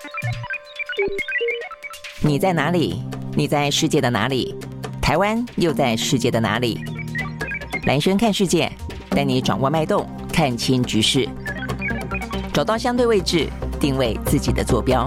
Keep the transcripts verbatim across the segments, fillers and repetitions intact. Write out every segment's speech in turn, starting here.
你在哪里？你在世界的哪里？台湾又在世界的哪里？蓝轩看世界，带你掌握脉动，看清局势，找到相对位置，定位自己的坐标。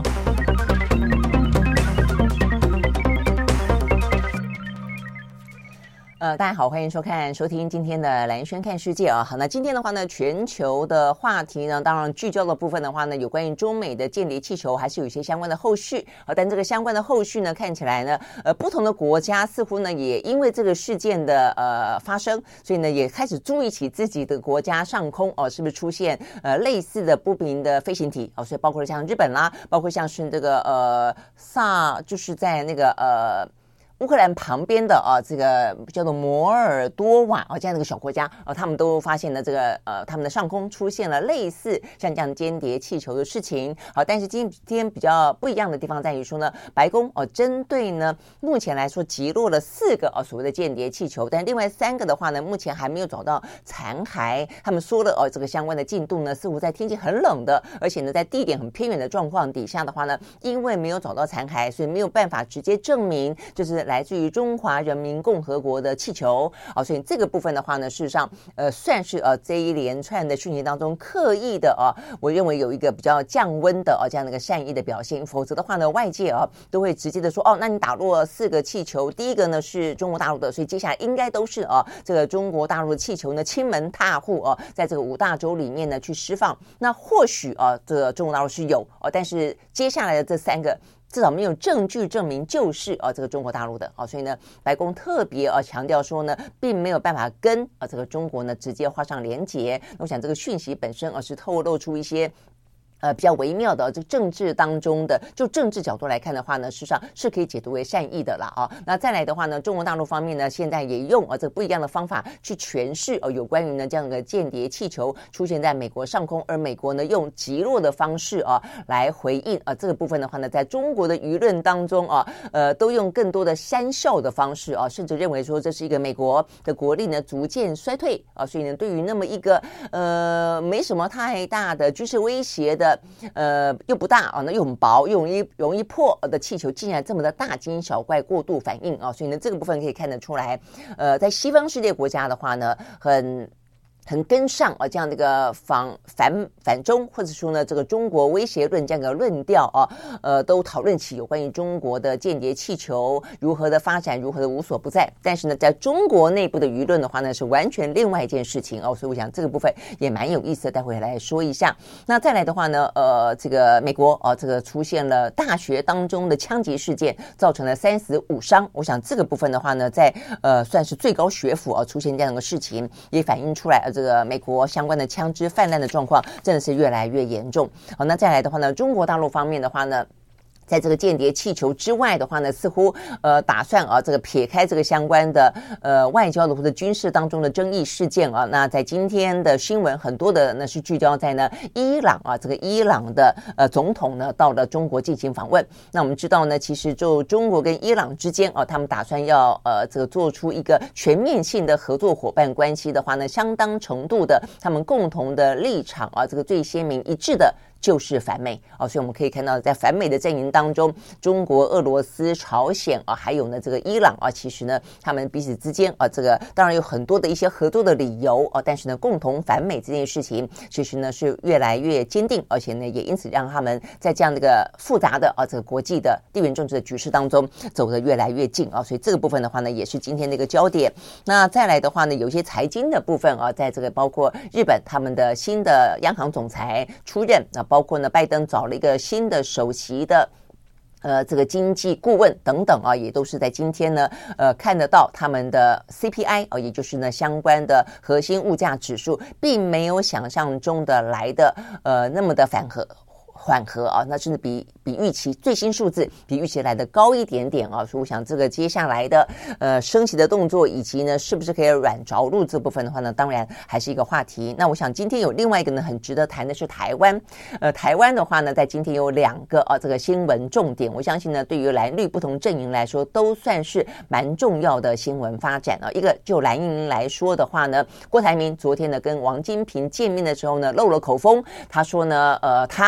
呃，大家好，欢迎收看、收听今天的蓝轩看世界啊。好，那今天的话呢，全球的话题呢，当然聚焦的部分的话呢，有关于中美的间谍气球，还是有一些相关的后续啊。但这个相关的后续呢，看起来呢，呃，不同的国家似乎呢，也因为这个事件的呃发生，所以呢，也开始注意起自己的国家上空哦、呃，是不是出现呃类似的不明的飞行体哦。所以包括像日本啦，包括像是这个呃萨，就是在那个呃。乌克兰旁边的啊，这个叫做摩尔多瓦啊，这样的一个小国家啊，他们都发现了这个呃，他们的上空出现了类似像这样间谍气球的事情。好，但是今天比较不一样的地方在于说呢，白宫哦，针对呢目前来说击落了四个啊所谓的间谍气球，但另外三个的话呢，目前还没有找到残骸。他们说了哦，这个相关的进度呢，似乎在天气很冷的，而且呢在地点很偏远的状况底下的话呢，因为没有找到残骸，所以没有办法直接证明就是来自于中华人民共和国的气球啊，所以这个部分的话呢，事实上呃算是呃这一连串的讯息当中刻意的啊，我认为有一个比较降温的啊这样的一个善意的表现，否则的话呢，外界啊都会直接的说哦，那你打落四个气球，第一个呢是中国大陆的，所以接下来应该都是啊这个中国大陆的气球呢亲门踏户啊，在这个五大洲里面呢去释放，那或许啊这个中国大陆是有啊，但是接下来的这三个。至少没有证据证明就是啊这个中国大陆的啊，所以呢，白宫特别啊强调说呢，并没有办法跟啊这个中国呢直接画上连结。我想这个讯息本身啊是透露出一些。呃，比较微妙的这政治当中的，就政治角度来看的话呢，事实上是可以解读为善意的啦啊。那再来的话呢，中国大陆方面呢，现在也用啊这个不一样的方法去诠释哦、呃、有关于呢这样的间谍气球出现在美国上空，而美国呢用击落的方式啊来回应啊这个部分的话呢，在中国的舆论当中啊，呃都用更多的讪笑的方式啊，甚至认为说这是一个美国的国力呢逐渐衰退啊，所以呢对于那么一个呃没什么太大的军事威胁的。呃，又不大啊，那又很薄，又容易容易破的气球，竟然这么的大惊小怪、过度反应啊，所以呢，这个部分可以看得出来，呃，在西方世界国家的话呢，很。很跟上啊，这样的一个反反反中，或者说呢，这个中国威胁论这样的论调啊，呃，都讨论起有关于中国的间谍气球如何的发展，如何的无所不在。但是呢，在中国内部的舆论的话呢，是完全另外一件事情哦。所以我想这个部分也蛮有意思的，待会来说一下。那再来的话呢，呃，这个美国啊，这个出现了大学当中的枪击事件，造成了三死五伤。我想这个部分的话呢，在呃算是最高学府啊出现这样的事情，也反映出来。这个美国相关的枪支泛滥的状况真的是越来越严重。好，那再来的话呢，中国大陆方面的话呢，在这个间谍气球之外的话呢，似乎呃打算啊这个撇开这个相关的呃外交的或者军事当中的争议事件啊，那在今天的新闻很多的呢是聚焦在呢伊朗啊这个伊朗的呃总统呢到了中国进行访问。那我们知道呢，其实就中国跟伊朗之间啊，他们打算要呃这个做出一个全面性的合作伙伴关系的话呢，相当程度的他们共同的立场啊，这个最鲜明一致的。就是反美啊，所以我们可以看到，在反美的阵营当中，中国、俄罗斯、朝鲜啊，还有呢这个伊朗啊，其实呢，他们彼此之间啊，这个当然有很多的一些合作的理由啊，但是呢，共同反美这件事情，其实呢是越来越坚定，而且呢，也因此让他们在这样的一个复杂的啊这个国际的地缘政治的局势当中走得越来越近啊，所以这个部分的话呢，也是今天的一个焦点。那再来的话呢，有一些财经的部分啊，在这个包括日本他们的新的央行总裁出任啊。包括呢，拜登找了一个新的首席的呃，这个经济顾问等等啊，也都是在今天呢，呃，看得到他们的 C P I 啊，也就是呢相关的核心物价指数，并没有想象中的来的呃那么的反和。缓和啊，那甚至比比预期最新数字比预期来的高一点点啊，所以我想这个接下来的呃升息的动作，以及呢是不是可以软着陆这部分的话呢，当然还是一个话题。那我想今天有另外一个呢很值得谈的是台湾，呃，台湾的话呢，在今天有两个啊这个新闻重点，我相信呢对于蓝绿不同阵营来说都算是蛮重要的新闻发展啊。一个就蓝营来说的话呢，郭台铭昨天呢跟王金平见面的时候呢漏了口风，他说呢呃他啊这个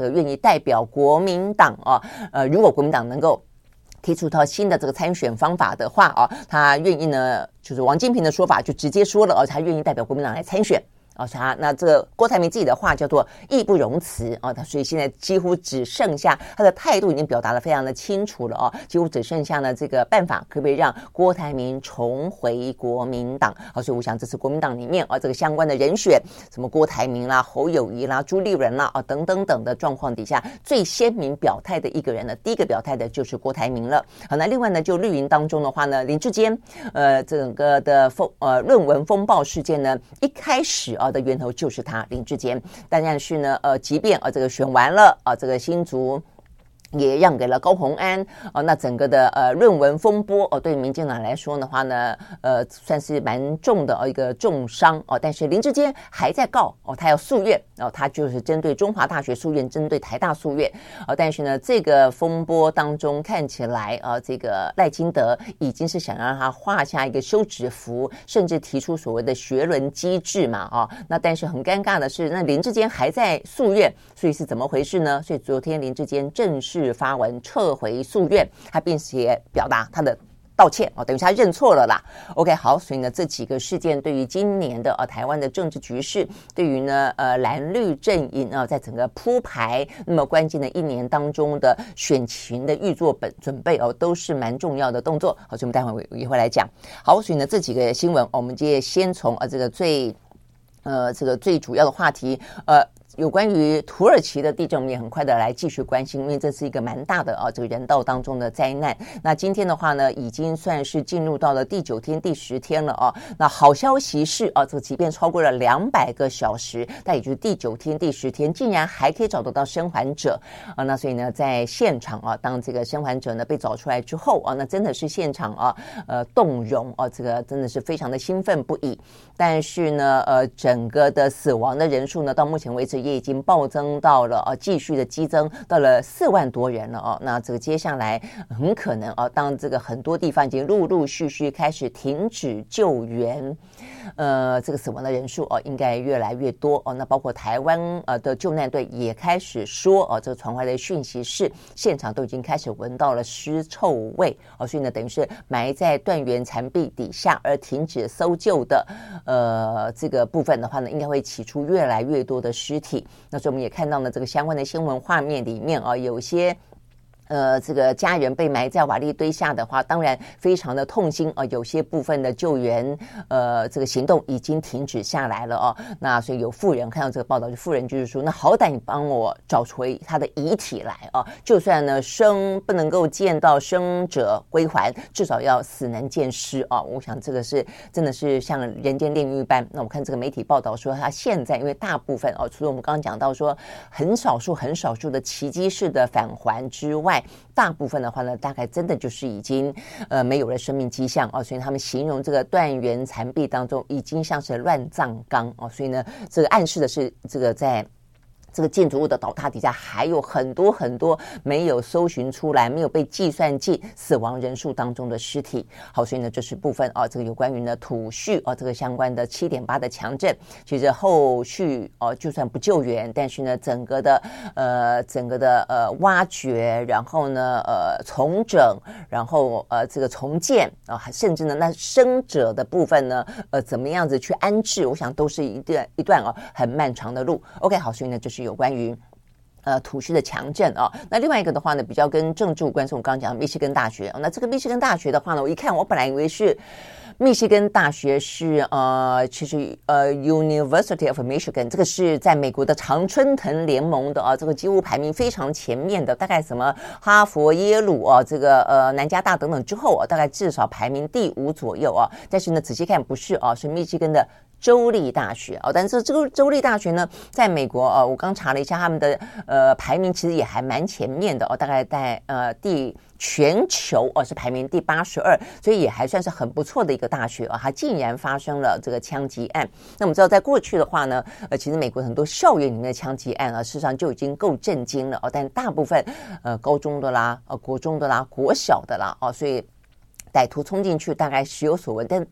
个愿意代表国民党啊，呃，如果国民党能够提出一套新的这个参选方法的话啊，他愿意呢，就是王金平的说法就直接说了哦，他愿意代表国民党来参选。哦，他那这个郭台铭自己的话叫做义不容辞啊，他所以现在几乎只剩下他的态度已经表达得非常的清楚了哦，几乎只剩下呢这个办法可不可以让郭台铭重回国民党？好，所以我想这是国民党里面啊这个相关的人选，什么郭台铭啦、侯友宜啦、朱立伦啦啊等等等的状况底下，最鲜明表态的一个人呢，第一个表态的就是郭台铭了。好，那另外呢，就绿营当中的话呢，林智坚呃整个的风呃论文风暴事件呢，一开始啊。的源头就是他林智坚，但是呢，呃，即便啊这个选完了啊，这个新竹也让给了高虹安哦，那整个的呃论文风波哦，对民进党来说的话呢，呃算是蛮重的哦一个重伤哦，但是林智坚还在告哦，他要诉愿哦，他就是针对中华大学诉愿，针对台大诉愿哦，但是呢，这个风波当中看起来啊，这个赖清德已经是想让他画下一个休止符，甚至提出所谓的学伦机制嘛啊，那但是很尴尬的是，那林智坚还在诉愿，所以是怎么回事呢？所以昨天林智坚正式发文撤回诉愿，他并且表达他的道歉哦，等于他认错了啦。OK， 好，所以呢，这几个事件对于今年的呃台湾的政治局势，对于呢呃蓝绿阵营啊、呃，在整个铺排那么关键的一年当中的选情的预作本准备哦，都是蛮重要的动作。好，所以我们待会也会来讲。好，所以呢这几个新闻，我们就先从呃这个最呃这个最主要的话题呃。有关于土耳其的地震，我们也很快的来继续关心，因为这是一个蛮大的啊，这个人道当中的灾难。那今天的话呢，已经算是进入到了第九天、第十天了啊。那好消息是啊，这个即便超过了两百个小时，但也就是第九天、第十天，竟然还可以找得到生还者啊。那所以呢，在现场啊，当这个生还者呢被找出来之后啊，那真的是现场啊，呃，动容啊，这个真的是非常的兴奋不已。但是呢，呃，整个的死亡的人数呢，到目前为止也已经暴增到了啊，继续的激增到了四万多人了哦。那这个接下来很可能啊，当这个很多地方已经陆陆续续开始停止救援，呃，这个死亡的人数哦，应该越来越多哦。那包括台湾呃的救难队也开始说哦，这个传回来的讯息是现场都已经开始闻到了尸臭味哦，所以呢，等于是埋在断垣残壁底下而停止搜救的呃这个部分的话呢，应该会起出越来越多的尸体。那所以我们也看到了这个相关的新闻画面里面啊，有些呃，这个家人被埋在瓦砾堆下的话，当然非常的痛心啊、呃。有些部分的救援，呃，这个行动已经停止下来了哦。那所以有妇人看到这个报道，就妇人就是说，那好歹你帮我找回他的遗体来啊，就算呢生不能够见到生者归还，至少要死能见尸啊。我想这个是真的是像人间炼狱一般。那我看这个媒体报道说，他现在因为大部分哦，除了我们刚刚讲到说很少数很少数的奇迹式的返还之外，大部分的话呢，大概真的就是已经呃没有了生命迹象哦，所以他们形容这个断垣残壁当中已经像是乱葬岗哦，所以呢，这个暗示的是这个在这个建筑物的倒塌底下还有很多很多没有搜寻出来、没有被计算进死亡人数当中的尸体。好，所以呢，这是部分啊，这个有关于呢土叙啊这个相关的 七点八 的强震，其实后续哦、啊、就算不救援，但是呢整个的呃整个的呃挖掘，然后呢呃重整，然后呃这个重建啊，甚至呢那生者的部分呢呃怎么样子去安置，我想都是一段一段啊很漫长的路。OK， 好，所以呢就是有关于呃土叙的强震啊。那另外一个的话呢，比较跟政治有关，是我刚刚讲的密西根大学、啊、那这个密西根大学的话呢，我一看我本来以为是密西根大学是呃，其实呃 University of Michigan， 这个是在美国的常春藤联盟的啊，这个几乎排名非常前面的，大概什么哈佛、耶鲁啊，这个呃南加大等等之后啊，大概至少排名第五左右啊。但是呢，仔细看不是啊，是密西根的州立大学哦，但是这个州立大学呢，在美国呃，我刚查了一下他们的呃排名，其实也还蛮前面的哦，大概在呃第全球哦是排名第八十二，所以也还算是很不错的一个大学啊、哦。它竟然发生了这个枪击案。那我们知道，在过去的话呢，呃，其实美国很多校园里面的枪击案啊，事实上就已经够震惊了哦，但大部分呃高中的啦、呃国中的啦、国小的啦哦，所以歹徒冲进去大概时有所闻，但是到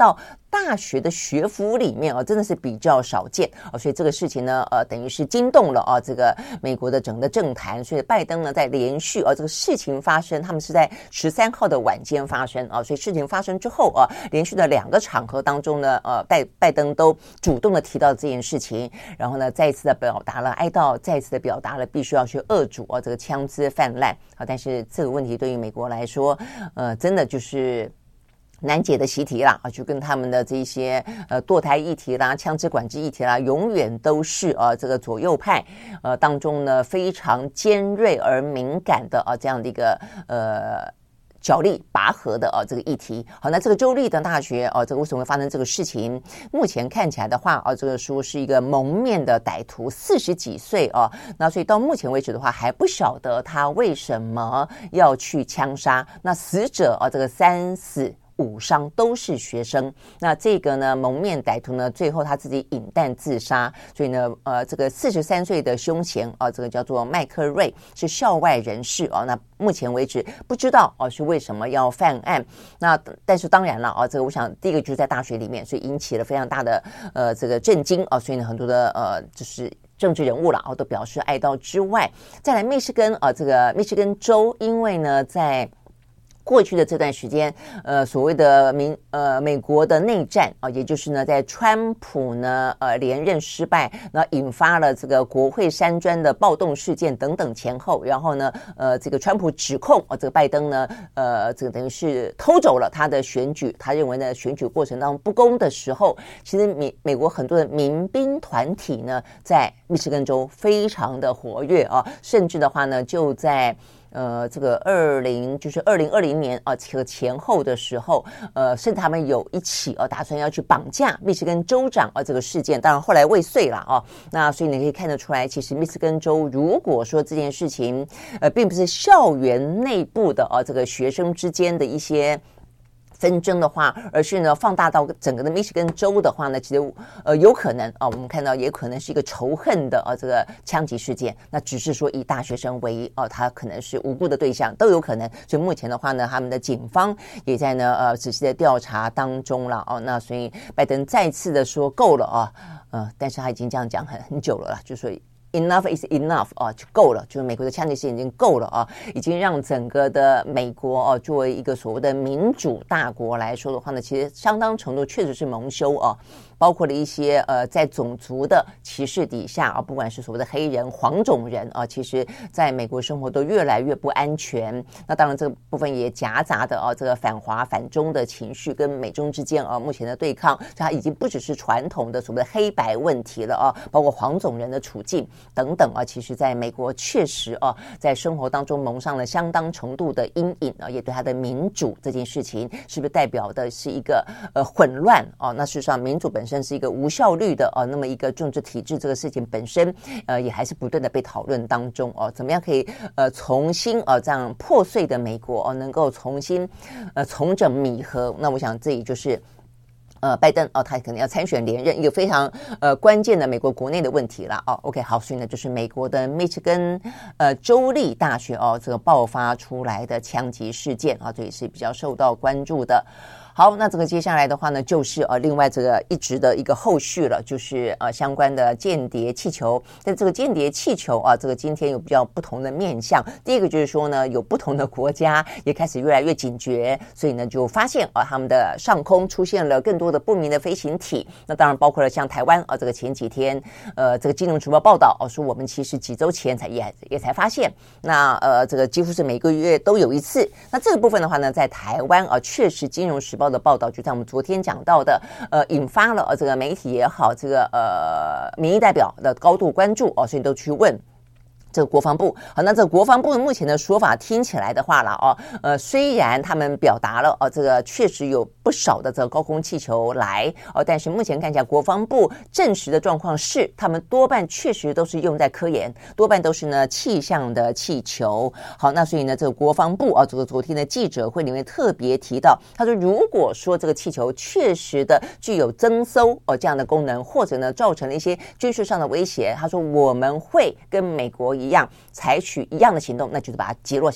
大学的学府里面啊，真的是比较少见啊，所以这个事情呢，呃，等于是惊动了啊，这个美国的整个政坛，所以拜登呢，在连续啊这个事情发生，他们是在十三号的晚间发生啊，所以事情发生之后啊，连续的两个场合当中呢，呃，拜拜登都主动的提到这件事情，然后呢，再一次的表达了哀悼，再一次的表达了必须要去遏阻啊这个枪支泛滥啊，但是这个问题对于美国来说，呃，真的就是难解的习题啦啊，就跟他们的这些呃堕胎议题啦、枪支管制议题啦，永远都是啊这个左右派呃当中呢非常尖锐而敏感的啊这样的一个呃角力拔河的啊这个议题。好，那这个州立的大学啊，这个为什么会发生这个事情？目前看起来的话啊，这个说是一个蒙面的歹徒，四十几岁啊，那所以到目前为止的话还不晓得他为什么要去枪杀。那死者啊，这个三死五伤都是学生，那这个呢蒙面歹徒呢最后他自己引弹自杀，所以呢呃这个四十三岁的凶嫌啊、呃、这个叫做麦克瑞是校外人士啊、呃、那目前为止不知道啊、呃、是为什么要犯案，那但是当然了啊、呃、这个我想第一个就是在大学里面，所以引起了非常大的呃这个震惊啊、呃、所以呢很多的呃就是政治人物了啊都表示哀悼之外，再来密歇根啊、呃、这个密歇根州，因为呢在过去的这段时间，呃，所谓的民呃美国的内战啊、呃，也就是呢，在川普呢呃连任失败，那引发了这个国会山庄的暴动事件等等前后，然后呢，呃，这个川普指控啊、呃，这个拜登呢，呃，这个等于是偷走了他的选举，他认为呢选举过程当中不公的时候，其实美美国很多的民兵团体呢，在密歇根州非常的活跃啊，甚至的话呢，就在呃，这个二零就是二零二零年啊，这个前后的时候，呃，甚至他们有一起啊，打算要去绑架密歇根州长啊，这个事件，当然后来未遂了啊。那所以你可以看得出来，其实密歇根州如果说这件事情，呃，并不是校园内部的啊，这个学生之间的一些纷争的话，而是呢放大到整个的密歇根州的话呢，其实呃有可能啊，我们看到也可能是一个仇恨的啊这个枪击事件，那只是说以大学生为一啊，他可能是无辜的对象都有可能，所以目前的话呢，他们的警方也在呢呃仔细的调查当中了哦，那所以拜登再次的说够了啊，呃，但是他已经这样讲很很久了啦，就说Enough is enough 啊，就够了，就是美国的枪击事件已经够了啊，已经让整个的美国啊，作为一个所谓的民主大国来说的话呢，其实相当程度确实是蒙羞啊。包括了一些呃在种族的歧视底下啊，不管是所谓的黑人、黄种人啊，其实在美国生活都越来越不安全。那当然这个部分也夹杂的啊，这个反华反中的情绪跟美中之间啊目前的对抗，它已经不只是传统的所谓的黑白问题了啊，包括黄种人的处境等等啊，其实在美国确实啊，在生活当中蒙上了相当程度的阴影啊，也对它的民主这件事情是不是代表的是一个呃混乱啊？那事实上民主本身是一个无效率的哦，那么一个政治体制这个事情本身，呃，也还是不断的被讨论当中哦。怎么样可以呃重新呃这样破碎的美国哦，能够重新呃重整弥合？那我想这也就是呃拜登哦，他可能要参选连任一个非常呃关键的美国国内的问题了哦。OK， 好，所以呢就是美国的密歇根呃州立大学哦这个爆发出来的枪击事件啊，这也是比较受到关注的。好，那这个接下来的话呢，就是呃，另外这个一直的一个后续了，就是呃相关的间谍气球。但这个间谍气球啊，这个今天有比较不同的面向。第一个就是说呢，有不同的国家也开始越来越警觉，所以呢就发现啊，他们的上空出现了更多的不明的飞行体。那当然包括了像台湾啊，这个前几天呃，这个金融时报报道哦、啊，说我们其实几周前才也也才发现，那呃，这个几乎是每个月都有一次。那这个部分的话呢，在台湾啊，确实金融时报的报道就在我们昨天讲到的，呃，引发了、呃、这个媒体也好，这个呃民意代表的高度关注哦，所以都去问这个国防部。好，那这个国防部目前的说法听起来的话了哦，呃，虽然他们表达了哦，这个确实有不少的这个高空气球来哦，但是目前看起来国防部证实的状况是，他们多半确实都是用在科研，多半都是呢气象的气球。好，那所以呢，这个国防部啊，这个昨天的记者会里面特别提到，他说如果说这个气球确实的具有增搜哦这样的功能，或者呢造成了一些军事上的威胁，他说我们会跟美国一样采取一样的行动，那就是把它击落下来。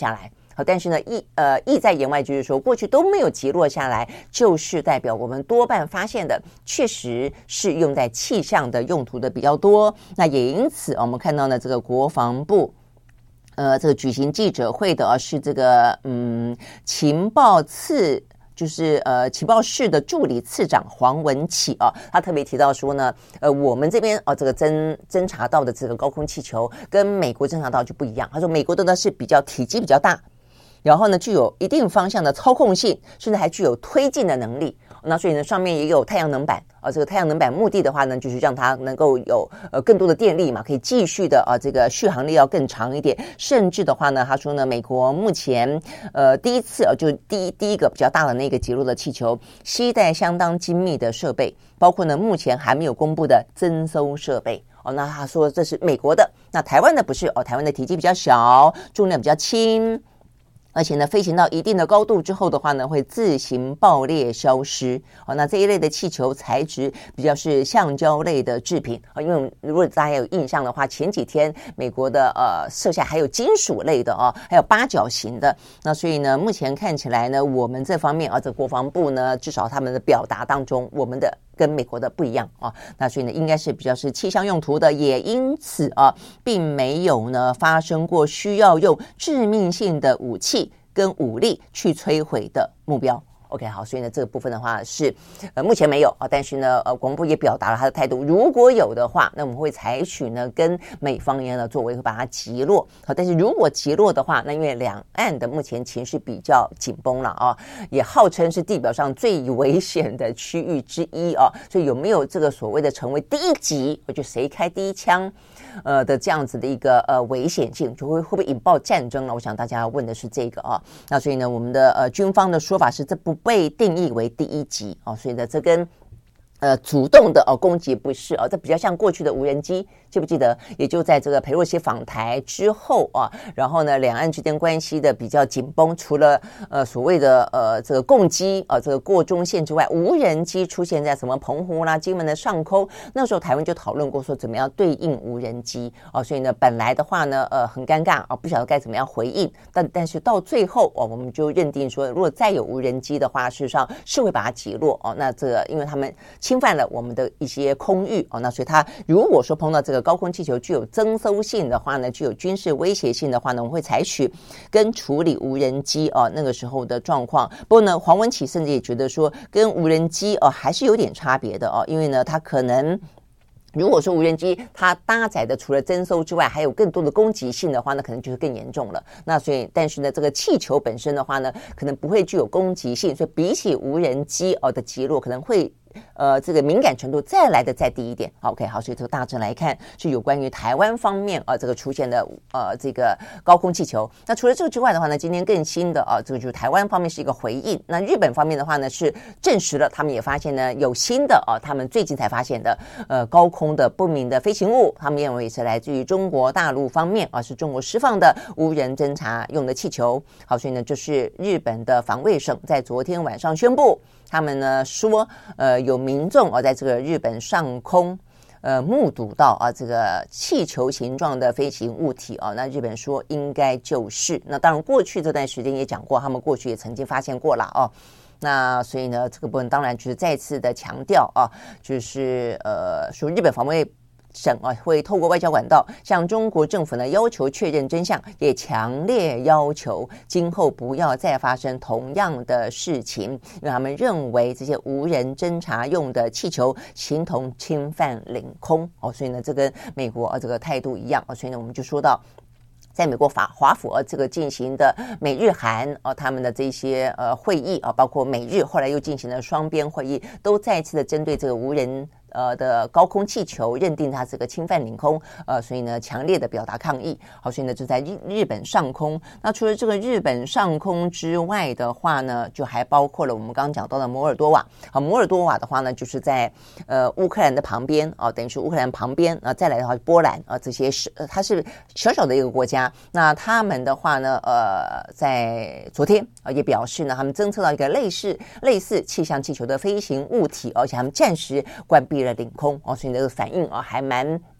好，但是呢，意呃意在言外，就是说过去都没有击落下来，就是代表我们多半发现的确实是用在气象的用途的比较多。那也因此，我们看到呢，这个国防部。呃，这个举行记者会的、啊、是这个嗯情报次。就是呃情报室的助理次长黄文启啊，他特别提到说呢，呃我们这边哦、啊、这个侦侦查到的这个高空气球跟美国侦查到就不一样。他说美国的呢是比较体积比较大，然后呢具有一定方向的操控性，甚至还具有推进的能力。那所以呢上面也有太阳能板啊，这个太阳能板目的的话呢，就是让它能够有呃更多的电力嘛，可以继续的啊这个续航力要更长一点。甚至的话呢，他说呢，美国目前呃第一次啊，就第一第一个比较大的那个击落的气球，携带相当精密的设备，包括呢目前还没有公布的侦搜设备。哦，那他说这是美国的，那台湾的不是哦，台湾的体积比较小，重量比较轻。而且呢，飞行到一定的高度之后的话呢，会自行爆裂消失。哦，那这一类的气球材质比较是橡胶类的制品啊、哦，因为如果大家有印象的话，前几天美国的呃设下还有金属类的哦，还有八角形的。那所以呢，目前看起来呢，我们这方面啊，这国防部呢，至少他们的表达当中，我们的跟美国的不一样啊。那所以呢，应该是比较是气象用途的，也因此啊，并没有呢发生过需要用致命性的武器跟武力去摧毁的目标。OK， 好，所以呢，这个部分的话是呃目前没有啊，但是呢，呃，国防部也表达了他的态度，如果有的话，那我们会采取呢跟美方一样的作为，会把它击落。好，但是如果击落的话，那因为两岸的目前情势比较紧绷了啊，也号称是地表上最危险的区域之一啊，所以有没有这个所谓的成为第一击，就谁开第一枪？呃的这样子的一个呃危险性，就会会不会引爆战争了？我想大家问的是这个啊。那所以呢，我们的呃军方的说法是，这不被定义为第一击啊，所以呢，这跟呃主动的哦攻击不是哦，这比较像过去的无人机，记不记得？也就在这个裴洛西访台之后啊，然后呢，两岸之间关系的比较紧绷，除了呃所谓的呃这个共机啊、呃、这个过中线之外，无人机出现在什么澎湖啦、金门的上空，那时候台湾就讨论过说怎么样对应无人机啊，所以呢，本来的话呢，呃很尴尬啊，不晓得该怎么样回应，但但是到最后啊，我们就认定说，如果再有无人机的话，事实上是会把它击落哦。那这个因为他们侵犯了我们的一些空域哦，那所以它如果说碰到这个高空气球具有征收性的话呢，具有军事威胁性的话呢，我们会采取跟处理无人机哦那个时候的状况。不过呢，黄文启甚至也觉得说，跟无人机哦还是有点差别的哦，因为呢，它可能。如果说无人机它搭载的除了征收之外，还有更多的攻击性的话，那可能就是更严重了。那所以，但是呢，这个气球本身的话呢，可能不会具有攻击性，所以比起无人机哦的击落，可能会。呃，这个敏感程度再来的再低一点。OK， 好，所以这个大致来看是有关于台湾方面啊、呃，这个出现的呃这个高空气球。那除了这个之外的话呢，今天更新的啊、呃，这个就是台湾方面是一个回应。那日本方面的话呢，是证实了他们也发现呢有新的啊、呃，他们最近才发现的呃高空的不明的飞行物，他们认为是来自于中国大陆方面啊、呃，是中国释放的无人侦察用的气球。好，所以呢，就是日本的防卫省在昨天晚上宣布。他们呢说，呃，有民众啊、哦，在这个日本上空，呃，目睹到啊这个气球形状的飞行物体啊、哦。那日本说应该就是，那当然过去这段时间也讲过，他们过去也曾经发现过了哦。那所以呢，这个部分当然就是再次的强调啊，就是呃，说日本防卫。省啊会透过外交管道向中国政府呢要求确认真相，也强烈要求今后不要再发生同样的事情，因为他们认为这些无人侦察用的气球形同侵犯领空哦，所以呢这跟美国啊这个态度一样哦，所以呢我们就说到。在美国法华府这个进行的美日韩啊他们的这些呃会议啊，包括美日后来又进行了双边会议，都再次的针对这个无人呃的高空气球认定它是个侵犯领空，呃，所以呢强烈的表达抗议。好，所以呢就在日日本上空。那除了这个日本上空之外的话呢，就还包括了我们刚刚讲到的摩尔多瓦。好，摩尔多瓦的话呢，就是在呃乌克兰的旁边啊、呃，等于是乌克兰旁边啊、呃，再来的话波兰啊、呃、这些是、呃、它是小小的一个国家。那他们的话呢，呃，在昨天啊、呃、也表示呢，他们侦测到一个类似类似气象气球的飞行物体，而且他们暂时关闭了领空哦，所以这个反应啊还蛮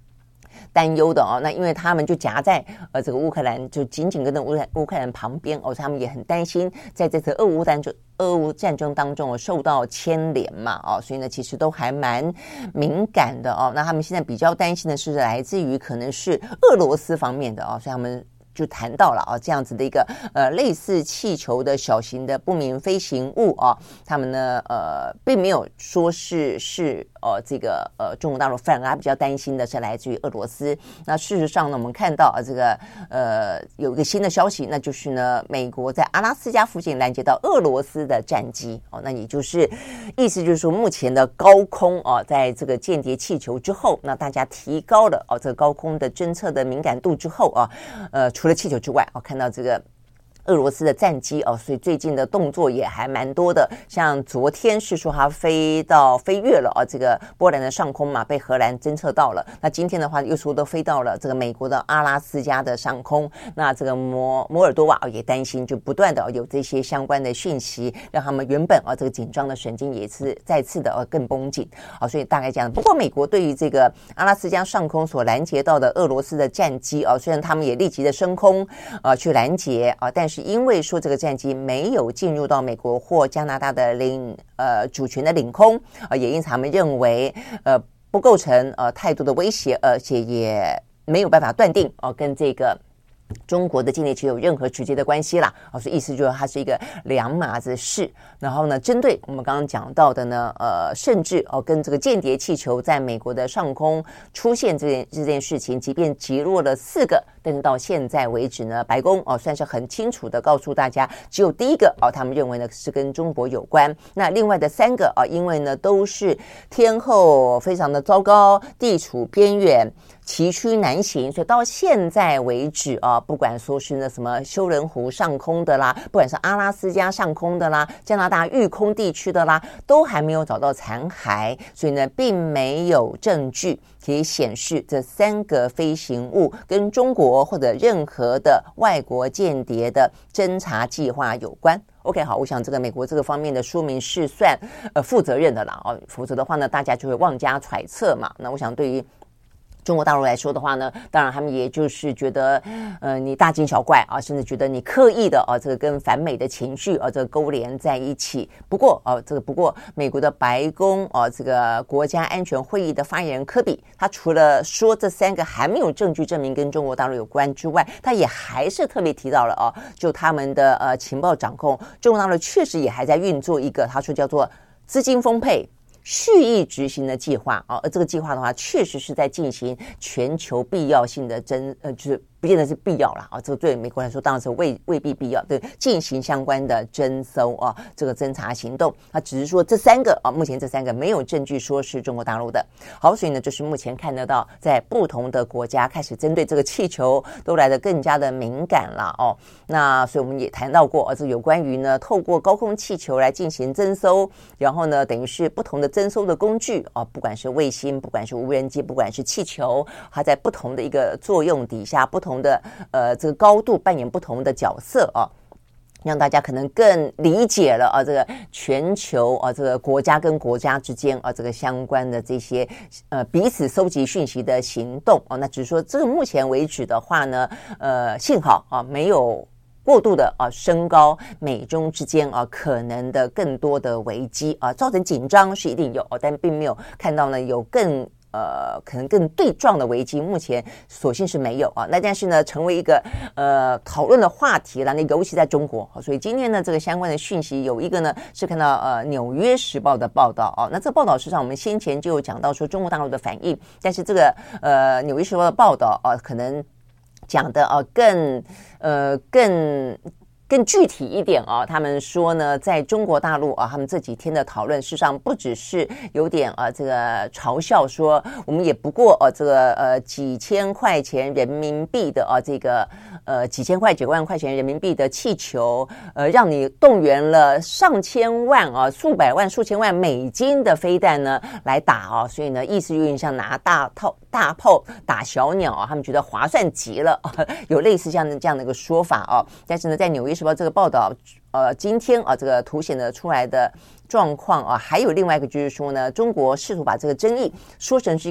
担忧的哦，那因为他们就夹在呃这个乌克兰，就紧紧跟着乌克乌克兰旁边哦，他们也很担心在这次俄乌战争俄乌战争当中受到牵连嘛哦，所以呢其实都还蛮敏感的哦。那他们现在比较担心的是来自于可能是俄罗斯方面的哦，所以他们就谈到了啊，这样子的一个呃类似气球的小型的不明飞行物啊，他们呢呃并没有说是是呃这个呃中国大陆，反而比较担心的是来自于俄罗斯。那事实上呢，我们看到啊这个呃有一个新的消息，那就是呢美国在阿拉斯加附近拦截到俄罗斯的战机哦，那也就是意思就是说目前的高空啊，在这个间谍气球之后，那大家提高了哦这个高空的侦测的敏感度之后啊，呃。除了气球之外，我看到这个俄罗斯的战机哦，所以最近的动作也还蛮多的。像昨天是说它飞到飞越了啊这个波兰的上空嘛，被荷兰侦测到了。那今天的话又说都飞到了这个美国的阿拉斯加的上空。那这个摩摩尔多瓦也担心，就不断的有这些相关的讯息，让他们原本啊这个紧张的神经也是再次的更绷紧啊。所以大概这样。不过美国对于这个阿拉斯加上空所拦截到的俄罗斯的战机啊，虽然他们也立即的升空啊去拦截啊，但是是因为说这个战机没有进入到美国或加拿大的领呃主权的领空，呃，也因此他们认为呃不构成呃太多的威胁，而且也没有办法断定哦、呃、跟这个中国的间谍气球有任何直接的关系啦，哦，所以意思就是它是一个两码子事。然后呢，针对我们刚刚讲到的呢，呃，甚至哦跟这个间谍气球在美国的上空出现这件这件事情，即便击落了四个，但是到现在为止呢，白宫哦算是很清楚的告诉大家，只有第一个哦，他们认为呢是跟中国有关，那另外的三个啊、哦，因为呢都是天候非常的糟糕，地处边远，崎岖难行，所以到现在为止啊，不管说是那什么休伦湖上空的啦，不管是阿拉斯加上空的啦，加拿大育空地区的啦，都还没有找到残骸，所以呢，并没有证据可以显示这三个飞行物跟中国或者任何的外国间谍的侦察计划有关。OK， 好，我想这个美国这个方面的说明是算呃负责任的啦，哦，否则的话呢，大家就会妄加揣测嘛。那我想对于中国大陆来说的话呢，当然他们也就是觉得呃你大惊小怪啊，甚至觉得你刻意的啊这个跟反美的情绪啊这个勾连在一起。不过啊这个不过美国的白宫啊这个国家安全会议的发言人科比，他除了说这三个还没有证据证明跟中国大陆有关之外，他也还是特别提到了啊，就他们的呃情报掌控，中国大陆确实也还在运作一个他说叫做资金丰沛蓄意执行的计划啊，而这个计划的话，确实是在进行全球必要性的侦呃，就是不见得是必要啦啊，这个对美国来说当然是未未必必要，对进行相关的侦搜啊，这个侦查行动，它只是说这三个啊，目前这三个没有证据说是中国大陆的。好，所以呢，就是目前看得到在不同的国家开始针对这个气球都来得更加的敏感了哦。那所以我们也谈到过，啊，这有关于呢透过高空气球来进行侦搜，然后呢等于是不同的侦搜的工具啊，不管是卫星，不管是无人机，不管是气球，它在不同的一个作用底下，不同的呃这个高度扮演不同的角色啊，让大家可能更理解了啊这个全球啊这个国家跟国家之间啊这个相关的这些呃彼此收集讯息的行动啊。那只是说这个目前为止的话呢，呃幸好啊没有过度的啊升高美中之间啊可能的更多的危机啊，造成紧张是一定有，但并没有看到呢有更呃可能更对撞的危机，目前所幸是没有啊。那但是呢成为一个呃讨论的话题了，那尤其在中国，所以今天呢这个相关的讯息有一个呢是看到呃纽约时报的报道啊，那这个报道实际上我们先前就有讲到说中国大陆的反应，但是这个呃纽约时报的报道啊可能讲的啊更呃更更具体一点啊，他们说呢，在中国大陆啊，他们这几天的讨论，事实上不只是有点啊这个嘲笑说，我们也不过啊这个呃几千块钱人民币的啊这个呃几千块几万块钱人民币的气球，呃让你动员了上千万啊数百万数千万美金的飞弹呢来打啊，所以呢意思有点像拿大套大炮打小鸟啊，他们觉得划算极了啊，有类似这样的这样的一个说法啊。但是呢，在纽约时报这个报道，呃，今天啊，这个凸显的出来的状况啊，还有另外一个就是说呢，中国试图把这个争议说成是一个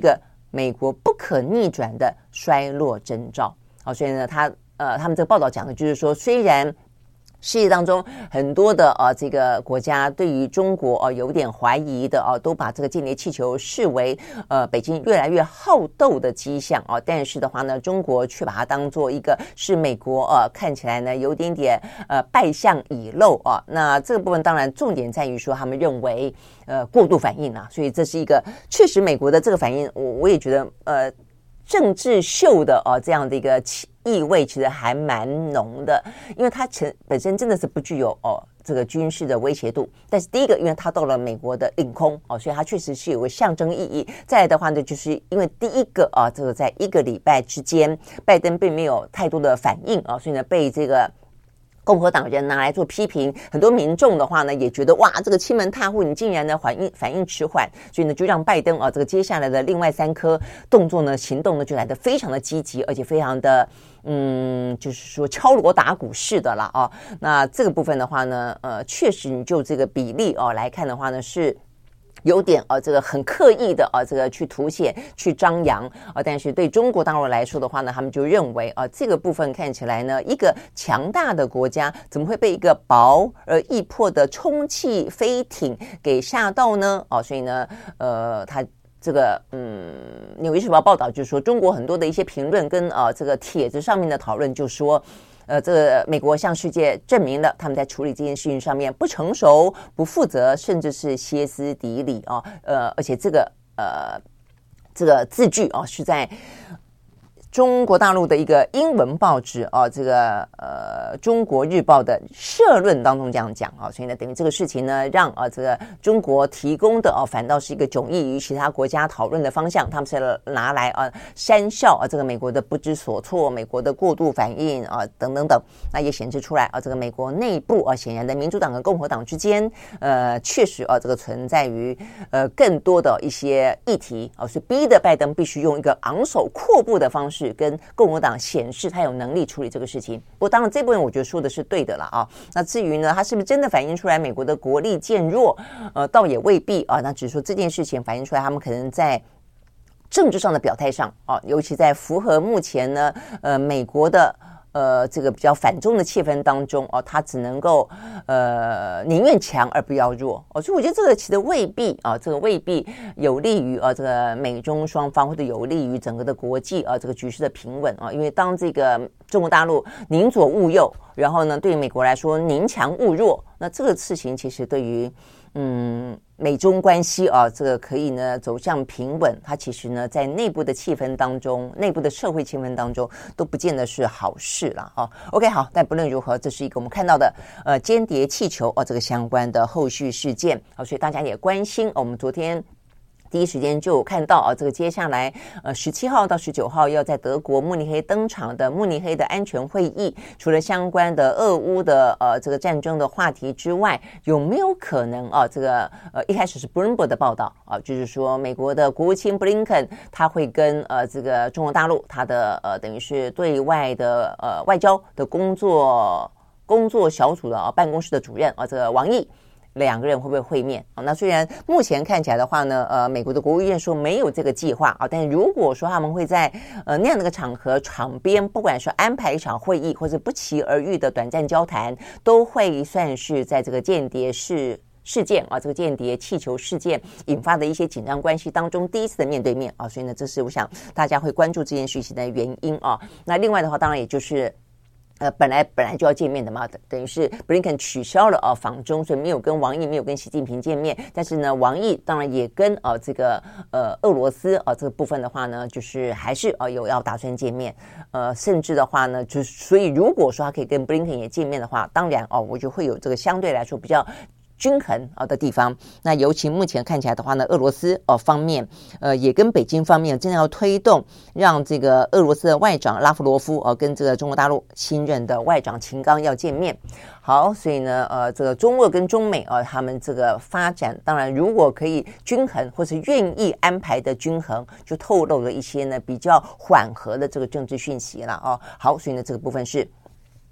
美国不可逆转的衰落征兆。好，所以呢，他呃，他们这个报道讲的就是说，虽然世界当中很多的呃这个国家对于中国呃有点怀疑的呃都把这个间谍气球视为呃北京越来越好斗的迹象啊、呃，但是的话呢，中国却把它当做一个是美国呃看起来呢有点点呃败相已露啊、呃。那这个部分当然重点在于说他们认为呃过度反应啊，所以这是一个确实美国的这个反应，我我也觉得呃政治秀的呃这样的一个意味其实还蛮浓的，因为它本身真的是不具有哦这个军事的威胁度。但是第一个，因为它到了美国的领空哦，所以它确实是有个象征意义。再来的话呢，就是因为第一个啊，这个在一个礼拜之间，拜登并没有太多的反应啊，所以呢被这个共和党人拿来做批评，很多民众的话呢也觉得哇，这个欺门踏户，你竟然呢反应反应迟缓，所以呢就让拜登啊这个接下来的另外三颗动作呢行动呢就来得非常的积极，而且非常的嗯，就是说敲锣打鼓式的啦啊。那这个部分的话呢，呃，确实你就这个比例哦来看的话呢是有点呃，这个很刻意的呃，这个去凸显、去张扬啊、呃。但是对中国大陆来说的话呢，他们就认为啊、呃，这个部分看起来呢，一个强大的国家怎么会被一个薄而易破的充气飞艇给吓到呢？哦、呃，所以呢，呃，他。这个嗯，《纽约时报》报道就是说，中国很多的一些评论跟呃这个帖子上面的讨论，就说，呃，这个美国向世界证明了他们在处理这件事情上面不成熟、不负责，甚至是歇斯底里啊，呃，而且这个呃这个字句啊是在中国大陆的一个英文报纸啊，这个呃中国日报的社论当中这样讲啊，所以呢，等于这个事情呢，让啊这个中国提供的啊，反倒是一个迥异于其他国家讨论的方向，他们是拿来啊讪笑啊这个美国的不知所措，美国的过度反应啊等等等，那也显示出来啊，这个美国内部啊，显然的民主党和共和党之间，呃，确实啊，这个存在于呃更多的一些议题啊，所以逼得拜登必须用一个昂首阔步的方式。跟共和党显示他有能力处理这个事情，不过当然这部分我觉得说的是对的了啊。那至于呢，他是不是真的反映出来美国的国力渐弱，呃，倒也未必啊。那只是说这件事情反映出来，他们可能在政治上的表态上啊，尤其在符合目前呢，呃，美国的。呃，这个比较反中的气氛当中哦，他只能够呃宁愿强而不要弱哦，所以我觉得这个其实未必啊，这个未必有利于啊这个美中双方或者有利于整个的国际啊这个局势的平稳啊，因为当这个中国大陆宁左勿右，然后呢对于美国来说宁强勿弱，那这个事情其实对于嗯。美中关系啊，这个可以呢走向平稳，它其实呢在内部的气氛当中，内部的社会气氛当中都不见得是好事了啊。OK， 好，但不论如何，这是一个我们看到的呃间谍气球哦、啊、这个相关的后续事件啊，所以大家也关心、啊、我们昨天。第一时间就看到啊，这个接下来呃十七号到十九号要在德国慕尼黑登场的慕尼黑的安全会议，除了相关的俄乌的呃这个战争的话题之外，有没有可能啊这个呃一开始是 Bloomberg 的报道啊，就是说美国的国务卿布林肯他会跟呃这个中国大陆他的呃等于是对外的呃外交的工作工作小组的啊办公室的主任啊这个王毅。两个人会不会会面啊？那虽然目前看起来的话呢，呃，美国的国务院说没有这个计划啊，但如果说他们会在呃那样的一个场合场边，不管是安排一场会议，或者不期而遇的短暂交谈，都会算是在这个间谍事事件啊，这个间谍气球事件引发的一些紧张关系当中第一次的面对面啊，所以呢，这是我想大家会关注这件事情的原因啊。那另外的话，当然也就是。呃，本来本来就要见面的嘛，等于是布林肯取消了啊访中，所以没有跟王毅，没有跟习近平见面。但是呢，王毅当然也跟呃这个呃俄罗斯啊、呃、这个部分的话呢，就是还是啊、呃、有要打算见面。呃，甚至的话呢，就是所以如果说他可以跟布林肯也见面的话，当然哦，我就会有这个相对来说比较。均衡啊的地方，那尤其目前看起来的话呢，俄罗斯哦方面，呃也跟北京方面真的要推动，让这个俄罗斯的外长拉夫罗夫哦跟这个中国大陆新任的外长秦刚要见面。好，所以呢，呃，这个中俄跟中美啊、呃，他们这个发展，当然如果可以均衡或是愿意安排的均衡，就透露了一些呢比较缓和的这个政治讯息了哦。好，所以呢这个部分是。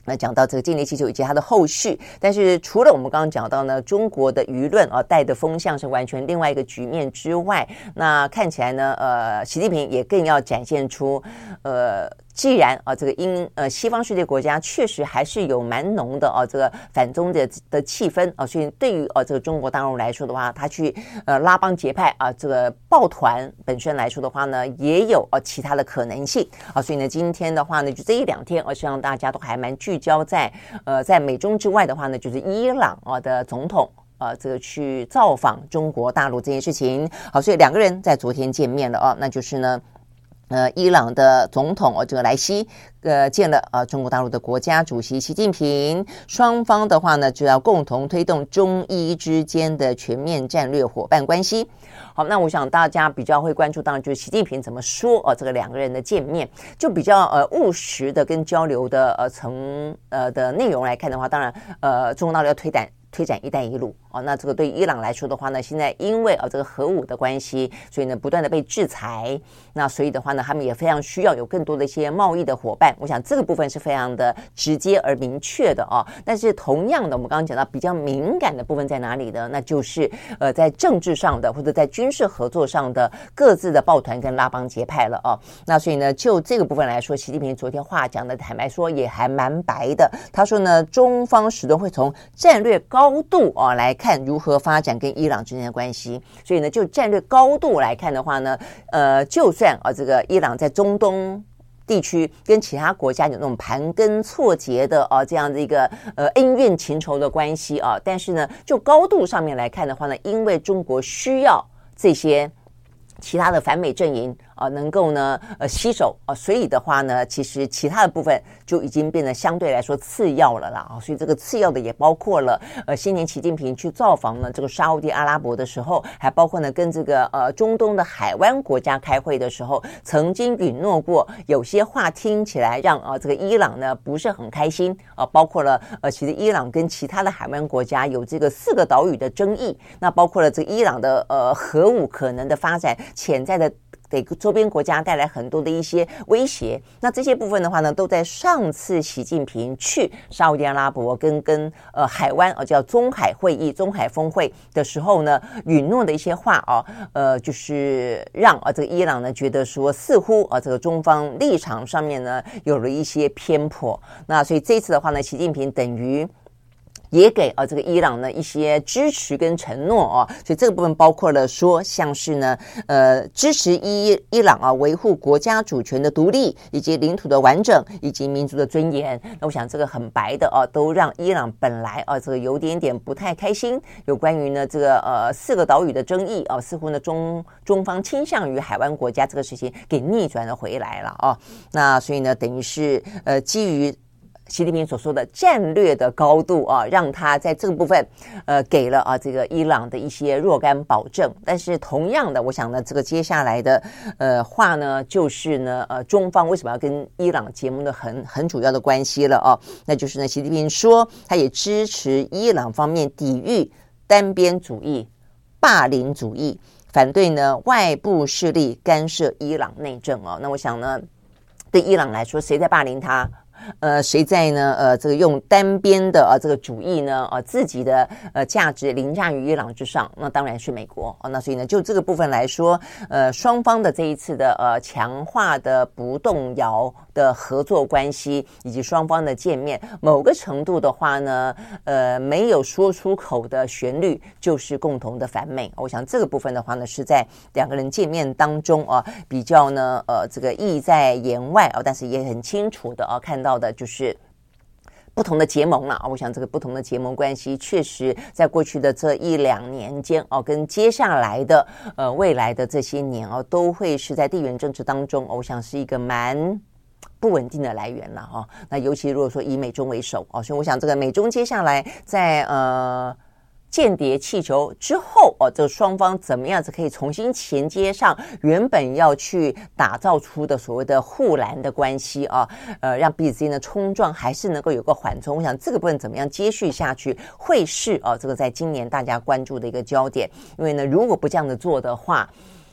那讲到这个间谍气球以及它的后续，但是除了我们刚刚讲到呢，中国的舆论啊带的风向是完全另外一个局面之外，那看起来呢，呃，习近平也更要展现出，呃。既然啊，这个英呃西方世界国家确实还是有蛮浓的啊这个反中的的气氛啊，所以对于啊这个中国大陆来说的话，他去呃拉帮结派啊这个抱团本身来说的话呢，也有啊其他的可能性啊，所以呢今天的话呢，就这一两天啊，实际上大家都还蛮聚焦在呃在美中之外的话呢，就是伊朗啊的总统。呃，这个去造访中国大陆这件事情，好，所以两个人在昨天见面了哦，那就是呢。呃，伊朗的总统哦，这个莱西呃见了呃中国大陆的国家主席习近平，双方的话呢就要共同推动中伊之间的全面战略伙伴关系。好，那我想大家比较会关注，当然就是习近平怎么说哦，这个两个人的见面，就比较呃务实的跟交流的呃层呃的内容来看的话，当然呃中国大陆要推展。推展一带一路哦，那这个对伊朗来说的话呢，现在因为啊这个核武的关系，所以呢不断的被制裁，那所以的话呢，他们也非常需要有更多的一些贸易的伙伴。我想这个部分是非常的直接而明确的哦。但是同样的，我们刚刚讲到比较敏感的部分在哪里呢？那就是呃在政治上的或者在军事合作上的各自的抱团跟拉帮结派了哦。那所以呢，就这个部分来说，习近平昨天话讲的坦白说也还蛮白的。他说呢，中方始终会从战略高高度啊来看如何发展跟伊朗之间的关系，所以呢，就战略高度来看的话呢，呃，就算啊这个伊朗在中东地区跟其他国家有那种盘根错节的啊这样的一个呃恩怨情仇的关系啊，但是呢，就高度上面来看的话呢，因为中国需要这些其他的反美阵营啊、呃，能够呢呃吸手啊、呃，所以的话呢，其实其他的部分就已经变得相对来说次要了啦啊，所以这个次要的也包括了呃，新年习近平去造访呢这个沙烏地阿拉伯的时候，还包括呢跟这个呃中东的海湾国家开会的时候，曾经允诺过有些话听起来让啊、呃、这个伊朗呢不是很开心啊、呃，包括了呃其实伊朗跟其他的海湾国家有这个四个岛屿的争议，那包括了这个伊朗的呃核武可能的发展。潜在的给周边国家带来很多的一些威胁，那这些部分的话呢，都在上次习近平去沙烏地阿拉伯跟跟呃海湾呃叫中海会议、中海峰会的时候呢，允诺的一些话啊，呃，就是让啊这个伊朗呢觉得说，似乎啊这个中方立场上面呢有了一些偏颇，那所以这一次的话呢，习近平等于。也给啊这个伊朗呢一些支持跟承诺哦，所以这个部分包括了说像是呢呃支持伊伊朗啊维护国家主权的独立以及领土的完整以及民族的尊严。那我想这个很白的啊，都让伊朗本来啊这个有点点不太开心，有关于呢这个呃四个岛屿的争议啊，似乎呢中中方倾向于海湾国家这个事情给逆转了回来了啊。那所以呢等于是呃基于。习近平所说的战略的高度啊，让他在这个部分，呃，给了啊这个伊朗的一些若干保证。但是同样的，我想呢，这个接下来的呃话呢，就是呢，呃，中方为什么要跟伊朗结盟的很很主要的关系了啊？那就是呢，习近平说，他也支持伊朗方面抵御单边主义、霸凌主义，反对呢外部势力干涉伊朗内政哦。那我想呢，对伊朗来说，谁在霸凌他？呃，谁在呢？呃，这个用单边的呃这个主义呢，呃，自己的呃价值凌驾于伊朗之上，那当然是美国哦。那所以呢，就这个部分来说，呃，双方的这一次的呃强化的不动摇的合作关系，以及双方的见面，某个程度的话呢，呃，没有说出口的旋律就是共同的反美。我想这个部分的话呢，是在两个人见面当中啊，比较呢，呃，这个意在言外啊，但是也很清楚的啊，看到。到的就是不同的结盟了啊！我想这个不同的结盟关系，确实在过去的这一两年间哦，跟接下来的呃未来的这些年哦，都会是在地缘政治当中，我想是一个蛮不稳定的来源了哦。那尤其如果说以美中为首哦，所以我想这个美中接下来在呃。间谍气球之后哦，这双方怎么样子可以重新衔接上原本要去打造出的所谓的护栏的关系啊？呃，让彼此之间的冲撞还是能够有个缓冲。我想这个部分怎么样接续下去，会是啊这个在今年大家关注的一个焦点。因为呢，如果不这样的做的话，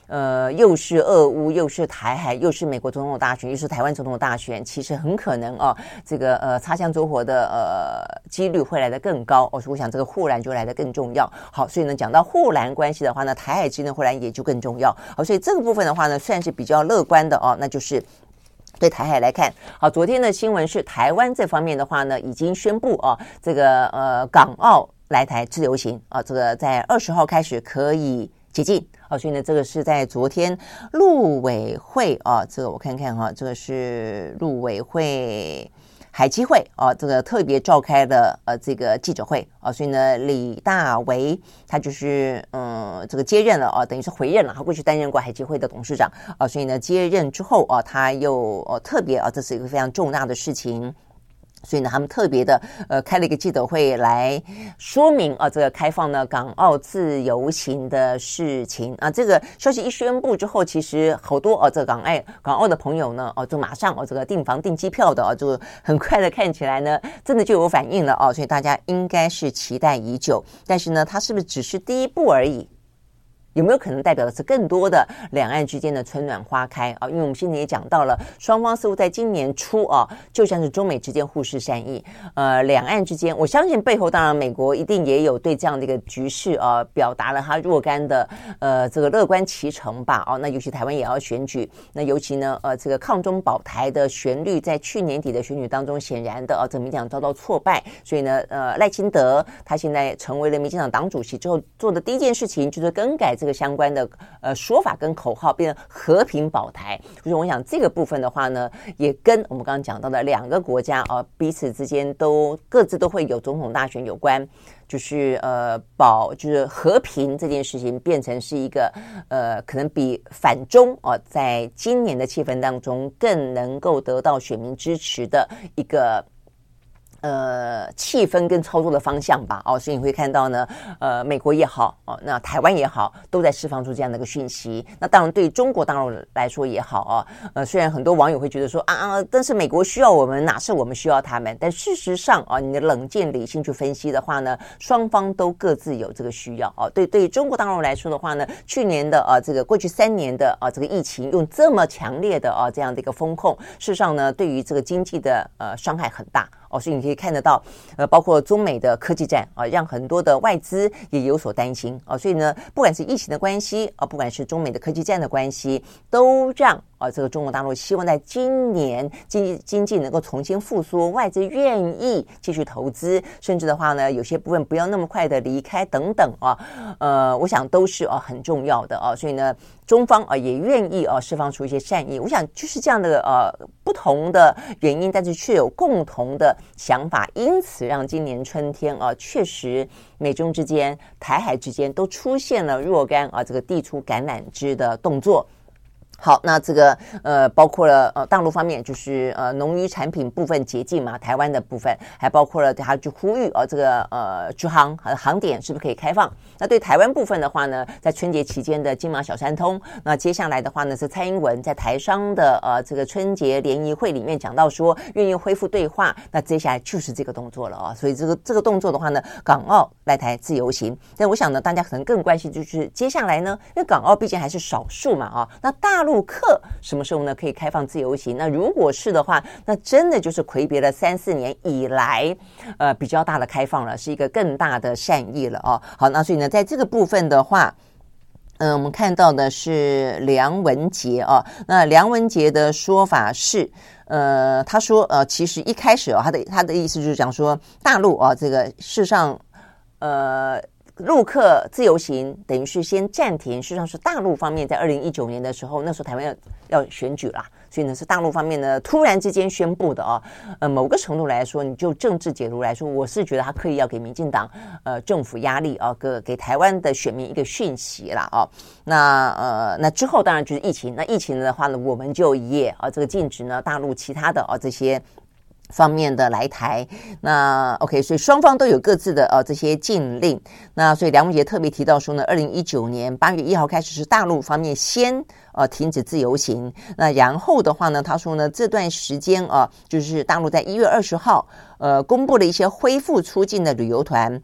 呃，又是俄乌，又是台海，又是美国总统大选，又是台湾总统大选，其实很可能哦，这个呃擦枪走火的呃几率会来得更高哦，所以我想这个护栏就来得更重要。好，所以呢，讲到护栏关系的话呢，台海之间的护栏也就更重要。好，所以这个部分的话呢，算是比较乐观的哦，那就是对台海来看。好，昨天的新闻是台湾这方面的话呢，已经宣布哦，这个呃港澳来台自由行啊，这个在二十号开始可以解禁啊，所以呢，这个是在昨天陆委会啊，这个我看看哈、啊，这个是陆委会海基会啊，这个特别召开了呃这个记者会啊，所以呢，李大为他就是嗯这个接任了啊，等于是回任了，他过去担任过海基会的董事长啊，所以呢接任之后啊，他又呃特别啊，这是一个非常重大的事情。所以呢，他们特别的呃开了一个记者会来说明啊，这个开放呢港澳自由行的事情啊。这个消息一宣布之后，其实好多哦、啊，这个港澳港澳的朋友呢，哦、啊，就马上哦、啊，这个订房订机票的哦、啊，就很快的看起来呢，真的就有反应了哦、啊。所以大家应该是期待已久。但是呢，它是不是只是第一步而已？有没有可能代表的是更多的两岸之间的春暖花开啊？因为我们现在也讲到了，双方似乎在今年初啊，就像是中美之间互示善意，呃，两岸之间，我相信背后当然美国一定也有对这样的一个局势啊，表达了他若干的呃这个乐观其成吧。哦，那尤其台湾也要选举，那尤其呢呃这个抗中保台的旋律在去年底的选举当中，显然的啊，这民进党遭到挫败，所以呢呃赖清德他现在成为了民进党党主席之后做的第一件事情就是更改这这个相关的呃说法跟口号，变成和平保台。就是我想这个部分的话呢，也跟我们刚刚讲到的两个国家啊、呃、彼此之间都各自都会有总统大选有关，就是呃保就是和平这件事情变成是一个呃可能比反中啊、呃、在今年的气氛当中更能够得到选民支持的一个呃，气氛跟操作的方向吧，哦，所以你会看到呢，呃，美国也好，哦，那台湾也好，都在释放出这样的一个讯息。那当然，对中国大陆来说也好啊，呃，虽然很多网友会觉得说啊，但是美国需要我们，哪是我们需要他们？但事实上啊，你的冷静理性去分析的话呢，双方都各自有这个需要啊。对，对中国大陆来说的话呢，去年的啊，这个过去三年的啊，这个疫情用这么强烈的啊这样的一个风控，事实上呢，对于这个经济的呃伤害很大。哦，所以你可以看得到，呃，包括中美的科技战啊，让很多的外资也有所担心啊。所以呢，不管是疫情的关系啊，不管是中美的科技战的关系，都让啊这个中国大陆希望在今年经济经济能够重新复苏，外资愿意继续投资，甚至的话呢，有些部分不要那么快的离开等等啊，呃，我想都是啊很重要的啊。所以呢，中方啊也愿意啊释放出一些善意，我想就是这样的呃不同的原因，但是却有共同的想法，因此让今年春天啊，确实美中之间、台海之间都出现了若干啊这个递出橄榄枝的动作。好，那这个呃，包括了呃大陆方面，就是呃农渔产品部分解禁嘛，台湾的部分，还包括了他就呼吁呃这个呃驻航和航点是不是可以开放？那对台湾部分的话呢，在春节期间的金马小三通，那接下来的话呢是蔡英文在台商的呃这个春节联谊会里面讲到说愿意恢复对话，那接下来就是这个动作了啊、哦，所以这个这个动作的话呢，港澳来台自由行，但我想呢，大家可能更关心就是接下来呢，因为港澳毕竟还是少数嘛啊，那大陆客什么时候呢可以开放自由行？那如果是的话，那真的就是魁别了三四年以来，呃，比较大的开放了，是一个更大的善意了哦。好，那所以呢，在这个部分的话，嗯、呃，我们看到的是梁文杰啊、哦。那梁文杰的说法是，呃，他说，呃，其实一开始哦，他的他的意思就是讲说，大陆啊、哦，这个事实上，呃。陆客自由行等于是先暂停，事实上是大陆方面在二零一九年的时候，那时候台湾要要选举啦，所以呢是大陆方面呢突然之间宣布的哦。呃，某个程度来说，你就政治解读来说，我是觉得他刻意要给民进党呃政府压力啊，给给台湾的选民一个讯息啦哦。那呃那之后当然就是疫情，那疫情的话呢，我们就也啊这个禁止呢大陆其他的啊这些方面的来台，那 OK， 所以双方都有各自的呃这些禁令。那所以梁文杰特别提到说呢，二零一九年八月一号开始是大陆方面先呃停止自由行，那然后的话呢，他说呢这段时间啊、呃，就是大陆在一月二十号呃公布了一些恢复出境的旅游团。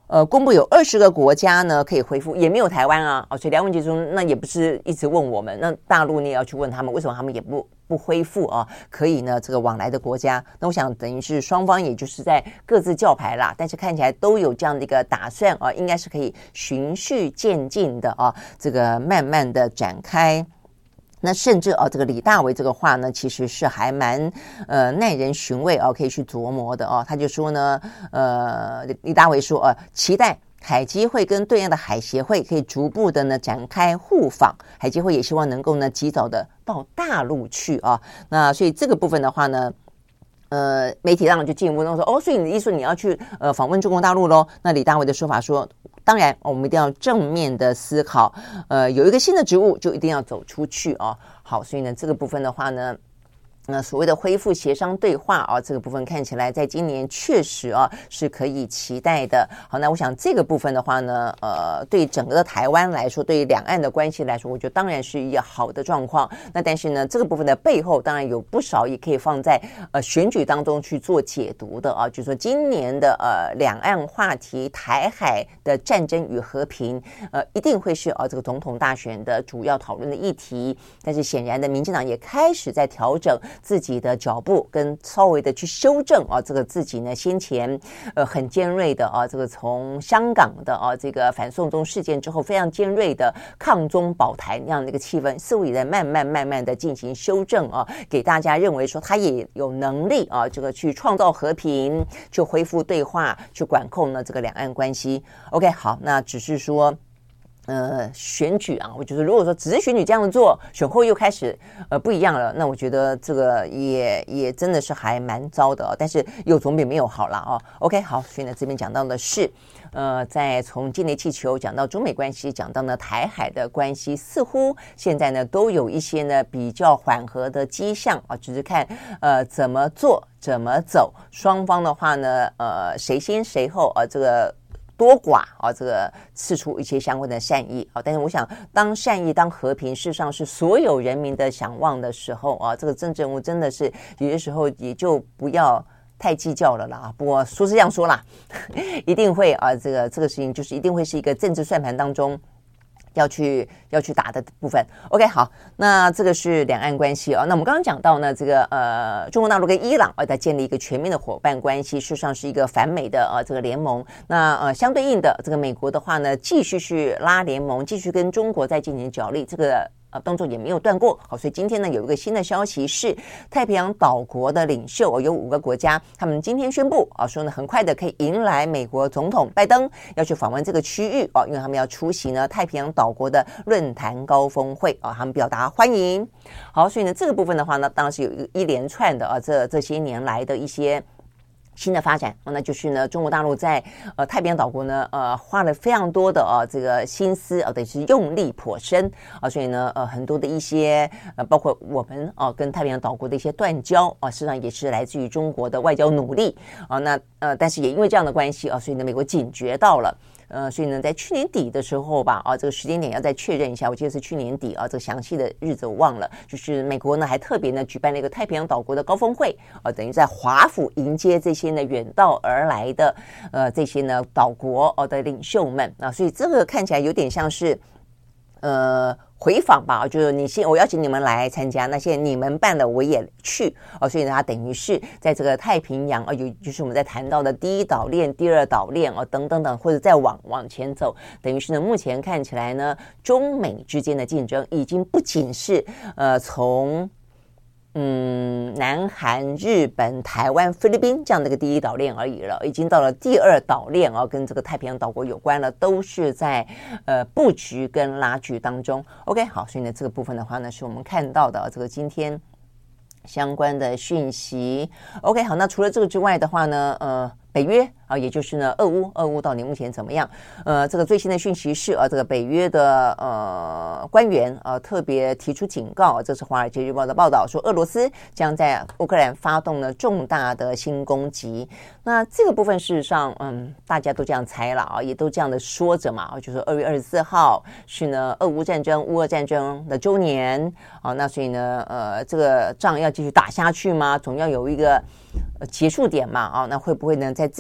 呃，公布有二十个国家呢可以恢复，也没有台湾啊。哦，所以梁文杰说，那也不是一直问我们，那大陆你也要去问他们，为什么他们也不不恢复啊？可以呢，这个往来的国家，那我想等于是双方也就是在各自叫牌啦，但是看起来都有这样的一个打算啊，应该是可以循序渐进的啊，这个慢慢的展开。那甚至哦，这个李大为这个话呢，其实是还蛮呃耐人寻味哦，可以去琢磨的哦。他就说呢，呃，李大为说呃，期待海基会跟对岸的海协会可以逐步的呢展开互访，海基会也希望能够呢及早的到大陆去啊。那所以这个部分的话呢。呃，媒体当然就进一步说，哦，所以你的意思你要去呃访问中国大陆咯？那李大为的说法说，当然我们一定要正面的思考，呃，有一个新的职务就一定要走出去哦。好，所以呢这个部分的话呢。那所谓的恢复协商对话啊，这个部分看起来在今年确实啊是可以期待的。好，那我想这个部分的话呢，呃，对整个的台湾来说，对于两岸的关系来说，我觉得当然是一个好的状况。那但是呢，这个部分的背后当然有不少也可以放在呃选举当中去做解读的啊，就是说今年的呃两岸话题，台海的战争与和平，呃，一定会是啊这个总统大选的主要讨论的议题。但是显然的，民进党也开始在调整自己的脚步，跟稍微的去修正啊，这个自己呢先前呃很尖锐的啊，这个从香港的啊这个反送中事件之后非常尖锐的抗中保台那样的一个气氛，似乎也在慢慢慢慢的进行修正啊，给大家认为说他也有能力啊，这个去创造和平，去恢复对话，去管控呢这个两岸关系。OK， 好，那只是说。呃，选举啊，我觉得如果说只是选举这样做，选后又开始呃不一样了，那我觉得这个也也真的是还蛮糟的、哦，但是有总比没有好了哦。OK， 好，所以呢这边讲到的是，呃，在从间谍气球讲到中美关系，讲到呢台海的关系，似乎现在呢都有一些呢比较缓和的迹象啊，只是看呃怎么做怎么走，双方的话呢，呃谁先谁后啊，这个。多寡啊，这个释出一些相关的善意啊，但是我想，当善意、当和平，事实上是所有人民的想望的时候啊，这个政治人物真的是有些时候也就不要太计较了啦。不过说是这样说啦，一定会啊，这个这个事情就是一定会是一个政治算盘当中。要去要去打的部分 ，OK， 好，那这个是两岸关系啊、哦。那我们刚刚讲到呢，这个呃，中国大陆跟伊朗啊，在建立一个全面的伙伴关系，事实上是一个反美的呃这个联盟。那呃，相对应的这个美国的话呢，继续去拉联盟，继续跟中国在进行角力，这个。啊，动作也没有断过。好，所以今天呢有一个新的消息是，太平洋岛国的领袖、哦、有五个国家，他们今天宣布啊，说呢很快的可以迎来美国总统拜登要去访问这个区域啊，因为他们要出席呢太平洋岛国的论坛高峰会啊，他们表达欢迎。好，所以呢这个部分的话呢，当然是有一一连串的啊，这这些年来的一些。新的发展，那就是呢，中国大陆在呃太平洋岛国呢，呃花了非常多的呃这个心思啊，等于是用力颇深啊，所以呢，呃很多的一些呃，包括我们啊跟太平洋岛国的一些断交啊，实际上也是来自于中国的外交努力啊，那呃，但是也因为这样的关系啊，所以呢，美国警觉到了。呃，所以呢，在去年底的时候吧，啊，这个时间点要再确认一下，我记得是去年底啊，这个详细的日子我忘了。就是美国呢还特别呢举办了一个太平洋岛国的高峰会，啊，等于在华府迎接这些呢远道而来的呃这些呢岛国哦的领袖们啊，所以这个看起来有点像是呃。回访吧，就是你先我邀请你们来参加，那现在你们办了我也去哦，所以呢，它等于是在这个太平洋啊，有就是我们在谈到的第一岛链、第二岛链哦，等等等，或者再往往前走，等于是呢，目前看起来呢，中美之间的竞争已经不仅是呃从。嗯，南韩、日本、台湾、菲律宾这样的一个第一岛链而已了，已经到了第二岛链啊，跟这个太平洋岛国有关了，都是在呃布局跟拉锯当中。OK， 好，所以呢这个部分的话呢，是我们看到的这个今天相关的讯息。OK， 好，那除了这个之外的话呢，呃。北约啊，也就是呢，俄乌，俄乌到底目前怎么样？呃，这个最新的讯息是啊，这个北约的呃官员啊特别提出警告，这是《华尔街日报》的报道，说俄罗斯将在乌克兰发动了重大的新攻击。那这个部分事实上，嗯，大家都这样猜了啊，也都这样的说着嘛，就是二月二十四号是呢俄乌战争、乌俄战争的周年啊，那所以呢，呃，这个仗要继续打下去吗？总要有一个。结束点嘛啊，那会不会呢？在这个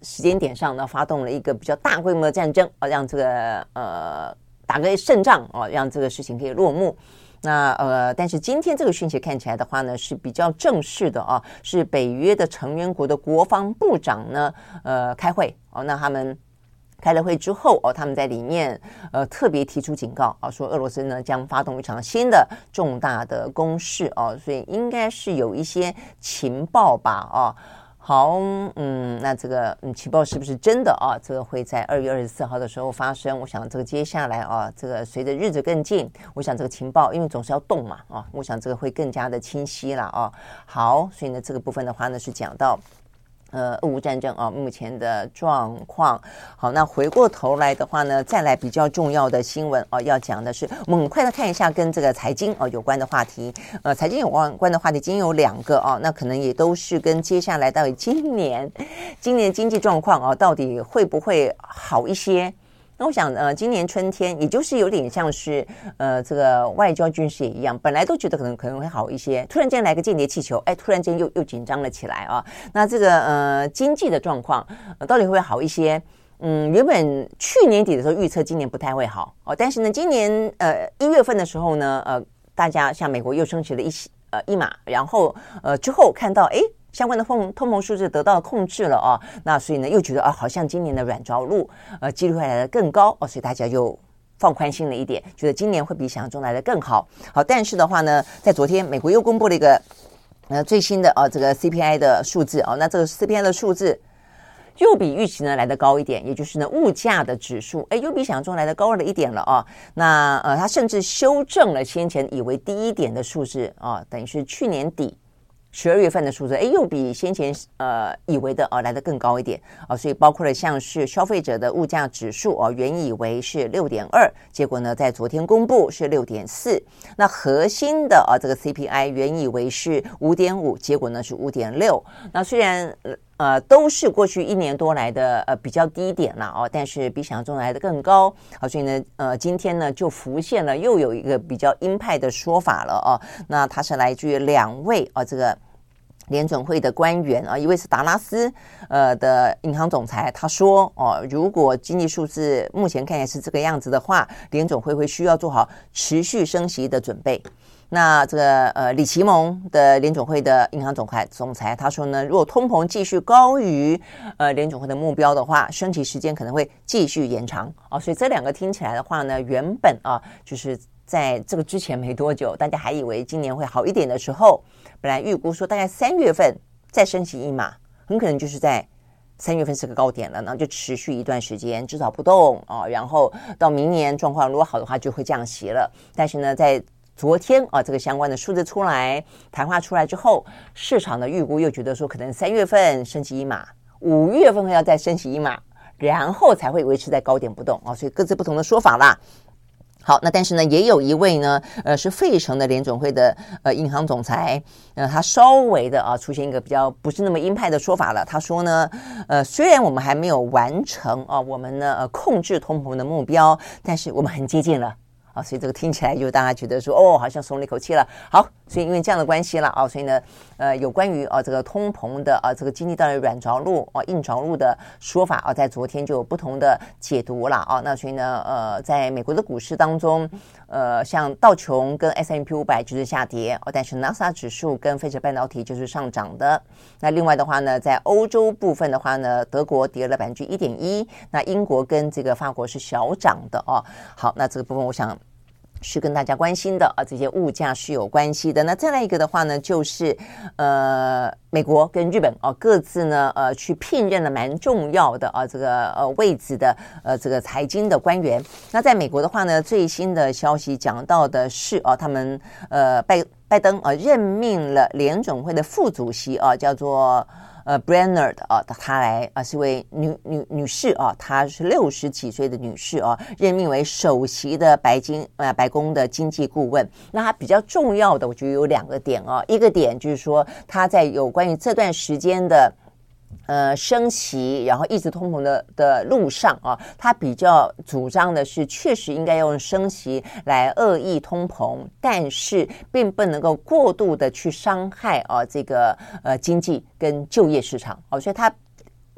时间点上呢，发动了一个比较大规模的战争啊，让这个呃打个胜仗啊，让这个事情可以落幕。那呃，但是今天这个讯息看起来的话呢，是比较正式的啊，是北约的成员国的国防部长呢，呃，开会哦，那他们开了会之后哦，他们在里面呃特别提出警告啊，说俄罗斯呢将发动一场新的重大的攻势哦，所以应该是有一些情报吧啊。好，嗯，那这个嗯情报是不是真的啊？这个会在二月二十四号的时候发生。我想这个接下来啊，这个随着日子更近，我想这个情报因为总是要动嘛啊，我想这个会更加的清晰了啊。好，所以呢这个部分的话呢是讲到呃，俄乌战争啊，目前的状况。好，那回过头来的话呢，再来比较重要的新闻啊，要讲的是，我们很快的看一下跟这个财经啊有关的话题。呃，财经有关关的话题，今天有两个啊，那可能也都是跟接下来到底今年今年经济状况啊，到底会不会好一些？那我想，呃，今年春天，也就是有点像是，呃，这个外交军事也一样，本来都觉得可能可能会好一些，突然间来个间谍气球，哎，突然间又又紧张了起来啊。那这个呃经济的状况、呃、到底会不会好一些？嗯，原本去年底的时候预测今年不太会好哦，但是呢，今年呃一月份的时候呢，呃，大家像美国又升息了一呃一码，然后呃之后看到哎。相关的通通膨数字得到控制了啊，那所以呢又觉得啊，好像今年的软着陆呃几率会来得更高哦，所以大家又放宽心了一点，觉得今年会比想象中来得更好。好，但是的话呢，在昨天美国又公布了一个呃最新的啊这个 C P I 的数字哦，那这个 C P I 的数字又比预期呢来得高一点，也就是呢物价的指数，哎，又比想象中来得高了一点了啊。那呃，它甚至修正了先前以为低一点的数字啊，等于是去年底。十二月份的数字，哎，又比先前呃以为的哦来得更高一点哦，所以包括了像是消费者的物价指数哦，原以为是六点二，结果呢在昨天公布是六点四。那核心的啊这个 C P I 原以为是五点五，结果呢是五点六。那虽然呃都是过去一年多来的呃比较低点了哦，但是比想象中来的更高啊，所以呢呃今天呢就浮现了又有一个比较鹰派的说法了哦。那它是来自于两位啊这个。联准会的官员啊，一位是达拉斯呃的银行总裁，他说哦，如果经济数字目前看起来是这个样子的话，联准会会需要做好持续升息的准备。那这个呃李奇蒙的联准会的银行总裁总裁他说呢，如果通膨继续高于呃联准会的目标的话，升息时间可能会继续延长哦。所以这两个听起来的话呢，原本啊就是在这个之前没多久，大家还以为今年会好一点的时候，本来预估说大概三月份再升息一码，很可能就是在三月份是个高点了，然后就持续一段时间，至少不动啊，然后到明年状况如果好的话，就会降息了。但是呢，在昨天啊，这个相关的数字出来，谈话出来之后，市场的预估又觉得说，可能三月份升息一码，五月份要再升息一码，然后才会维持在高点不动啊，所以各自不同的说法啦。好，那但是呢，也有一位呢，呃，是费城的联准会的呃银行总裁，呃，他稍微的啊出现一个比较不是那么鹰派的说法了。他说呢，呃，虽然我们还没有完成啊，我们呢呃控制通膨的目标，但是我们很接近了。啊，所以这个听起来就大家觉得说，哦，好像松了一口气了。好，所以因为这样的关系了啊，所以呢，呃，有关于啊这个通膨的啊这个经济到底软着陆啊硬着陆的说法啊，在昨天就有不同的解读了啊。那所以呢，呃，在美国的股市当中，呃，像道琼跟 S and P 五百就是下跌哦，但是 NASA 指数跟费城半导体就是上涨的。那另外的话呢，在欧洲部分的话呢，德国跌了百分之一点一，那英国跟这个法国是小涨的哦。好，那这个部分我想。是跟大家关心的啊，这些物价是有关系的。那再来一个的话呢，就是呃，美国跟日本啊，各自呢呃去聘任了蛮重要的啊这个呃位置的呃这个财经的官员。那在美国的话呢，最新的消息讲到的是啊，他们呃拜拜登啊任命了联准会的副主席啊，叫做。呃 ，Brainerd 啊，她来啊是位女女女士啊，她是六十几岁的女士啊，任命为首席的白金呃白宫的经济顾问。那她比较重要的，我觉得有两个点啊，一个点就是说她在有关于这段时间的。呃，升息，然后一直通膨的的路上啊，他比较主张的是，确实应该用升息来遏抑通膨，但是并不能够过度的去伤害啊这个呃经济跟就业市场啊，所以他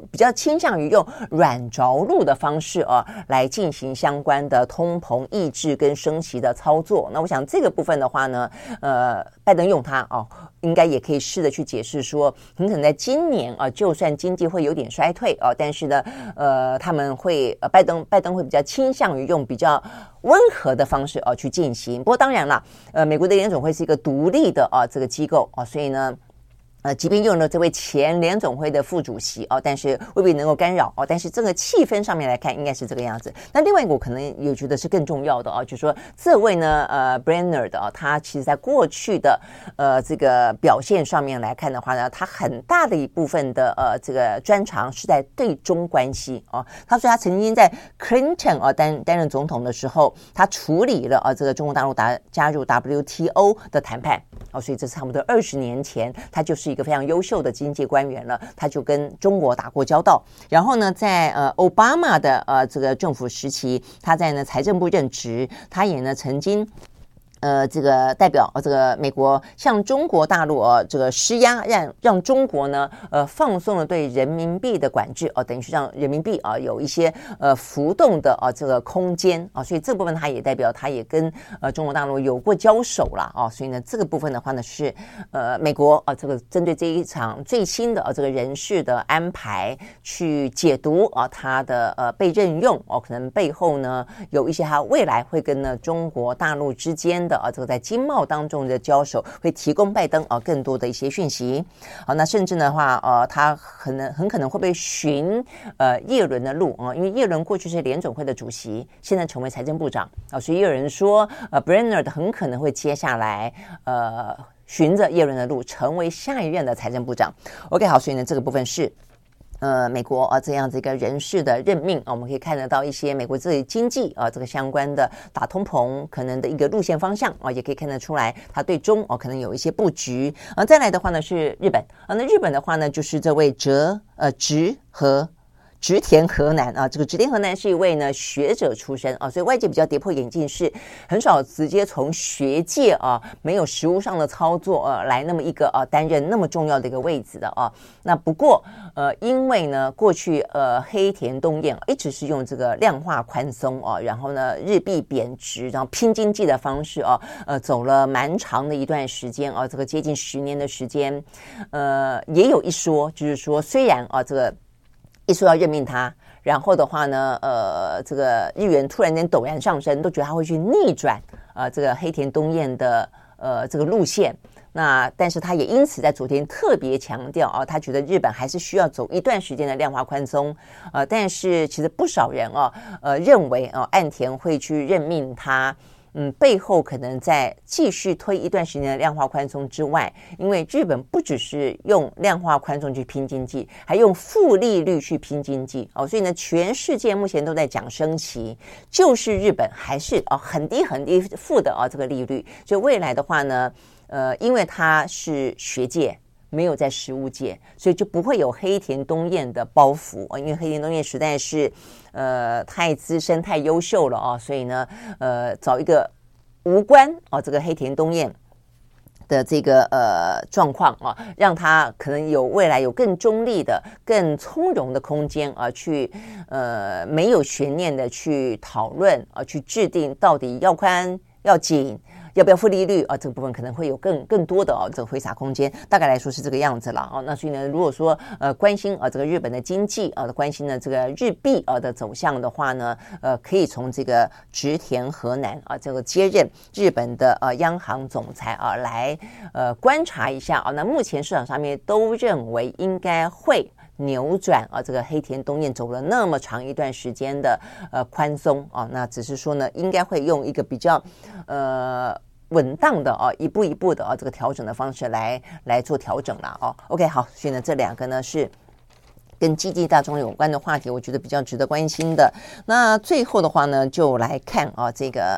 比较倾向于用软着陆的方式啊来进行相关的通膨抑制跟升息的操作。那我想这个部分的话呢，呃，拜登用它哦，应该也可以试着去解释说，很可能在今年啊，就算经济会有点衰退啊，但是呢，呃，他们会呃，拜登拜登会比较倾向于用比较温和的方式啊去进行。不过当然啦，呃，美国的联总会是一个独立的啊这个机构啊，所以呢。呃，即便用了这位前联总会的副主席哦，但是未必能够干扰哦。但是这个气氛上面来看，应该是这个样子。那另外一个我可能也觉得是更重要的哦，就是说这位呢，呃 ，Brainerd 的啊，他其实在过去的呃这个表现上面来看的话呢，他很大的一部分的呃这个专长是在对中关系哦。他说他曾经在 Clinton 啊担担任总统的时候，他处理了啊这个中国大陆打加入 W T O 的谈判哦，所以这是差不多二十年前，他就是一个非常优秀的经济官员了，他就跟中国打过交道。然后呢，在呃奥巴马的呃这个政府时期，他在呢财政部任职，他也呢曾经。呃，这个代表呃，这个美国向中国大陆呃这个施压，让让中国呢呃放松了对人民币的管制哦，等于是让人民币啊、呃、有一些呃浮动的啊、呃、这个空间啊，所以这部分它也代表它也跟呃中国大陆有过交手了啊，所以呢这个部分的话呢是呃美国啊、呃、这个针对这一场最新的啊、呃、这个人事的安排去解读啊它的呃被任用哦，可能背后呢有一些它未来会跟呢中国大陆之间的啊，这个在经贸当中的交手会提供拜登啊更多的一些讯息。好，那甚至的话，呃，他可能很可能会被寻呃叶伦的路啊，因为叶伦过去是联总会的主席，现在成为财政部长啊，所以也有人说，呃 ，Brainerd 很可能会接下来呃循着叶伦的路，成为下一任的财政部长。OK， 好，所以呢，这个部分是。呃，美国啊这样子一个人事的任命啊，我们可以看得到一些美国自己经济啊这个相关的打通膨可能的一个路线方向啊，也可以看得出来，它对中哦、啊、可能有一些布局啊。再来的话呢是日本啊，那日本的话呢就是这位哲呃植和。植田和男啊，这个植田和男是一位呢学者出身啊，所以外界比较跌破眼镜是很少直接从学界啊没有实务上的操作呃来那么一个啊担任那么重要的一个位置的啊。那不过呃因为呢过去呃黑田东彦一直是用这个量化宽松啊，然后呢日币贬值，然后拼经济的方式啊，呃走了蛮长的一段时间啊，这个接近十年的时间，呃也有一说就是说虽然啊这个。一说要任命他，然后的话呢，呃，这个日元突然间陡然上升，都觉得他会去逆转呃这个黑田东彦的呃这个路线。那但是他也因此在昨天特别强调啊，他觉得日本还是需要走一段时间的量化宽松，呃，但是其实不少人啊，呃认为啊，岸田会去任命他。嗯，背后可能在继续推一段时间的量化宽松之外，因为日本不只是用量化宽松去拼经济，还用负利率去拼经济哦，所以呢，全世界目前都在讲升息，就是日本还是哦很低很低负的哦这个利率，所以未来的话呢，呃，因为它是学界。没有在实务界，所以就不会有黑田东彦的包袱啊，因为黑田东彦实在是呃太资深、太优秀了啊，所以呢，呃，找一个无关啊这个黑田东彦的这个呃状况啊，让他可能有未来有更中立的、更从容的空间啊，去呃没有悬念的去讨论啊，去制定到底要宽要紧。要不要负利率啊？这个部分可能会有更更多的哦，这个挥洒空间。大概来说是这个样子了哦。那所以呢，如果说呃关心啊这个日本的经济啊，关心呢这个日币啊的走向的话呢，呃，可以从这个植田和男啊这个接任日本的呃央行总裁啊来呃观察一下啊。那目前市场上面都认为应该会。扭转啊，这个黑田东彦走了那么长一段时间的呃宽松啊，那只是说呢，应该会用一个比较呃稳当的啊，一步一步的啊这个调整的方式来来做调整了哦。OK， 好，所以呢，这两个呢是跟经济大众有关的话题，我觉得比较值得关心的。那最后的话呢，就来看啊这个。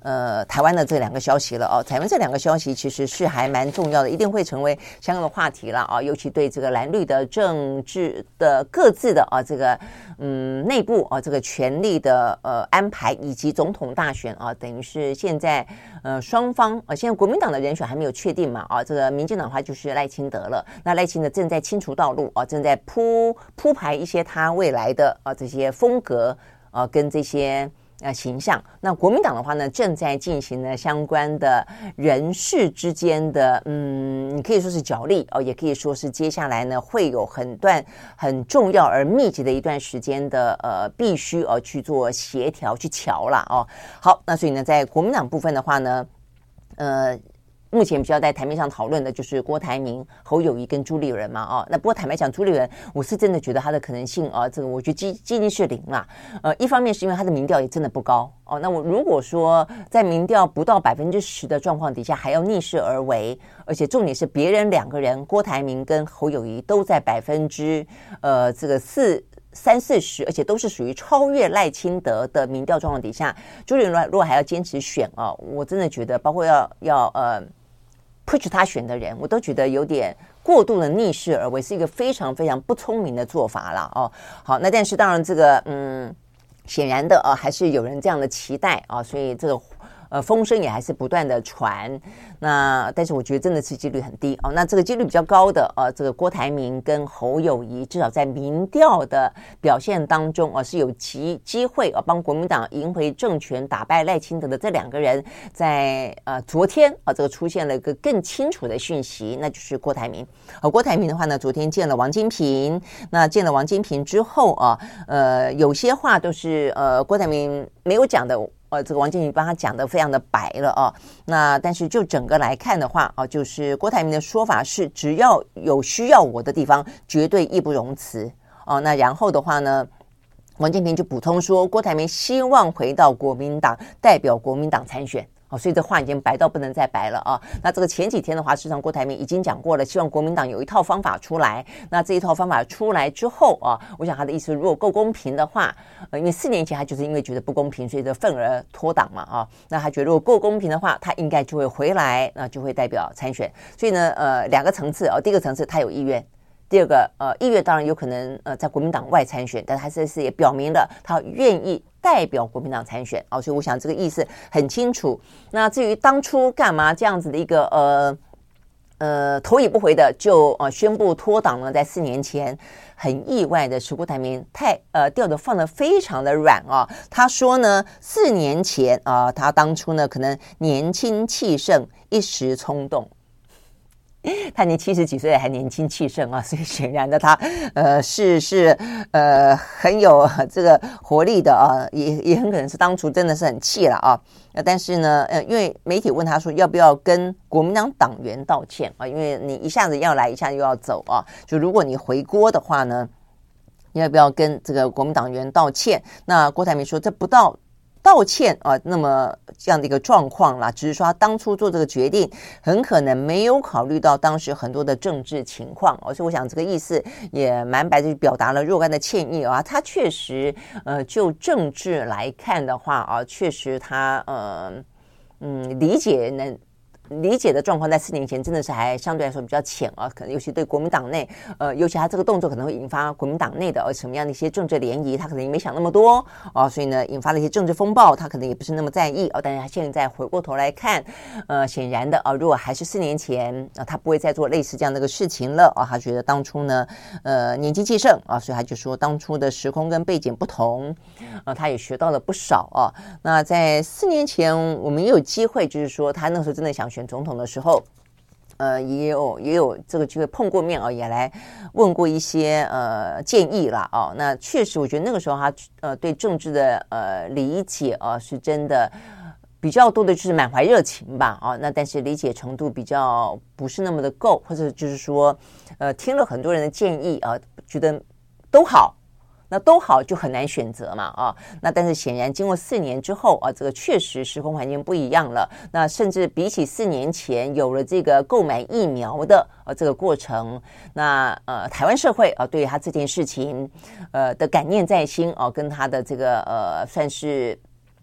呃台湾的这两个消息了哦。台湾这两个消息其实是还蛮重要的，一定会成为相关的话题了啊，尤其对这个蓝绿的政治的各自的啊这个嗯内部啊这个权力的呃安排，以及总统大选啊，等于是现在呃双方啊，现在国民党的人选还没有确定嘛啊，这个民进党的话就是赖清德了，那赖清德正在清除道路啊，正在铺铺排一些他未来的啊这些风格啊跟这些呃形象。那国民党的话呢，正在进行呢相关的人事之间的嗯，你可以说是角力哦，也可以说是接下来呢会有很段很重要而密集的一段时间的呃必须呃去做协调去瞧啦哦。好，那所以呢，在国民党部分的话呢，呃。目前比较在台面上讨论的就是郭台铭、侯友宜跟朱立伦嘛，哦，那不过坦白讲，朱立伦我是真的觉得他的可能性啊，这个我觉得几几近是零啦。呃，一方面是因为他的民调也真的不高哦，那我如果说在民调不到百分之十的状况底下还要逆势而为，而且重点是别人两个人，郭台铭跟侯友宜都在百分之呃这个四。三四十，而且都是属于超越赖清德的民调状况底下，朱立伦如果还要坚持选啊，我真的觉得，包括要要呃 push 他选的人，我都觉得有点过度的逆势而为，是一个非常非常不聪明的做法啦哦。好，那但是当然这个嗯，显然的啊，还是有人这样的期待啊，所以这个。呃，风声也还是不断的传，那但是我觉得真的是几率很低哦。那这个几率比较高的，呃，这个郭台铭跟侯友宜，至少在民调的表现当中啊、呃，是有机机会啊、呃，帮国民党赢回政权、打败赖清德的这两个人在，在呃昨天啊、呃，这个出现了一个更清楚的讯息，那就是郭台铭。呃，郭台铭的话呢，昨天见了王金平，那见了王金平之后啊，呃，有些话都是呃郭台铭没有讲的。呃，这个王金平帮他讲的非常的白了啊。那但是就整个来看的话啊，就是郭台铭的说法是，只要有需要我的地方，绝对义不容辞哦。那然后的话呢，王金平就补充说，郭台铭希望回到国民党，代表国民党参选。哦，所以这话已经白到不能再白了啊！那这个前几天的话，事实上郭台铭已经讲过了，希望国民党有一套方法出来。那这一套方法出来之后啊，我想他的意思，如果够公平的话，呃，因为四年前他就是因为觉得不公平，所以就愤而脱党嘛啊。那他觉得如果够公平的话，他应该就会回来，那就会代表参选。所以呢，呃，两个层次啊，第一个层次他有意愿。第二个，呃，意愿当然有可能，呃，在国民党外参选，但他这次也表明了他愿意代表国民党参选啊、哦，所以我想这个意思很清楚。那至于当初干嘛这样子的一个呃呃头也不回的就呃宣布脱党呢？在四年前，很意外的是郭台铭太呃调的放得非常的软啊、哦。他说呢，四年前啊、呃，他当初呢可能年轻气盛，一时冲动。他年七十几岁还年轻气盛啊，所以显然的他呃是是呃很有这个活力的啊，也也很可能是当初真的是很气了啊。但是呢，呃，因为媒体问他说要不要跟国民党党员道歉啊，因为你一下子要来，一下子又要走啊，就如果你回锅的话呢，你要不要跟这个国民党员道歉？那郭台铭说这不到道歉啊，那么这样的一个状况啦，只是说他当初做这个决定，很可能没有考虑到当时很多的政治情况哦，所以我想这个意思也蛮白的，表达了若干的歉意啊。他确实，呃，就政治来看的话啊，确实他呃嗯理解能。理解的状况在四年前真的是还相对来说比较浅啊，可能尤其对国民党内，呃，尤其他这个动作可能会引发国民党内的呃什么样的一些政治涟漪，他可能也没想那么多啊，所以呢，引发了一些政治风暴，他可能也不是那么在意啊。但是他现在回过头来看，呃，显然的啊，如果还是四年前啊，他不会再做类似这样的一个事情了啊。他觉得当初呢，呃，年轻气盛啊，所以他就说当初的时空跟背景不同，啊，他也学到了不少啊。那在四年前，我们也有机会，就是说他那时候真的想选总统的时候，呃，也有也有这个机会碰过面啊，也来问过一些呃建议啦啊。那确实，我觉得那个时候他呃对政治的呃理解啊，是真的比较多的就是满怀热情吧啊。那但是理解程度比较不是那么的够，或者就是说呃听了很多人的建议啊，觉得都好。那都好就很难选择嘛啊，那但是显然经过四年之后啊，这个确实时空环境不一样了。那甚至比起四年前有了这个购买疫苗的呃这个过程，那呃台湾社会啊对于他这件事情呃的感念在心啊，跟他的这个呃算是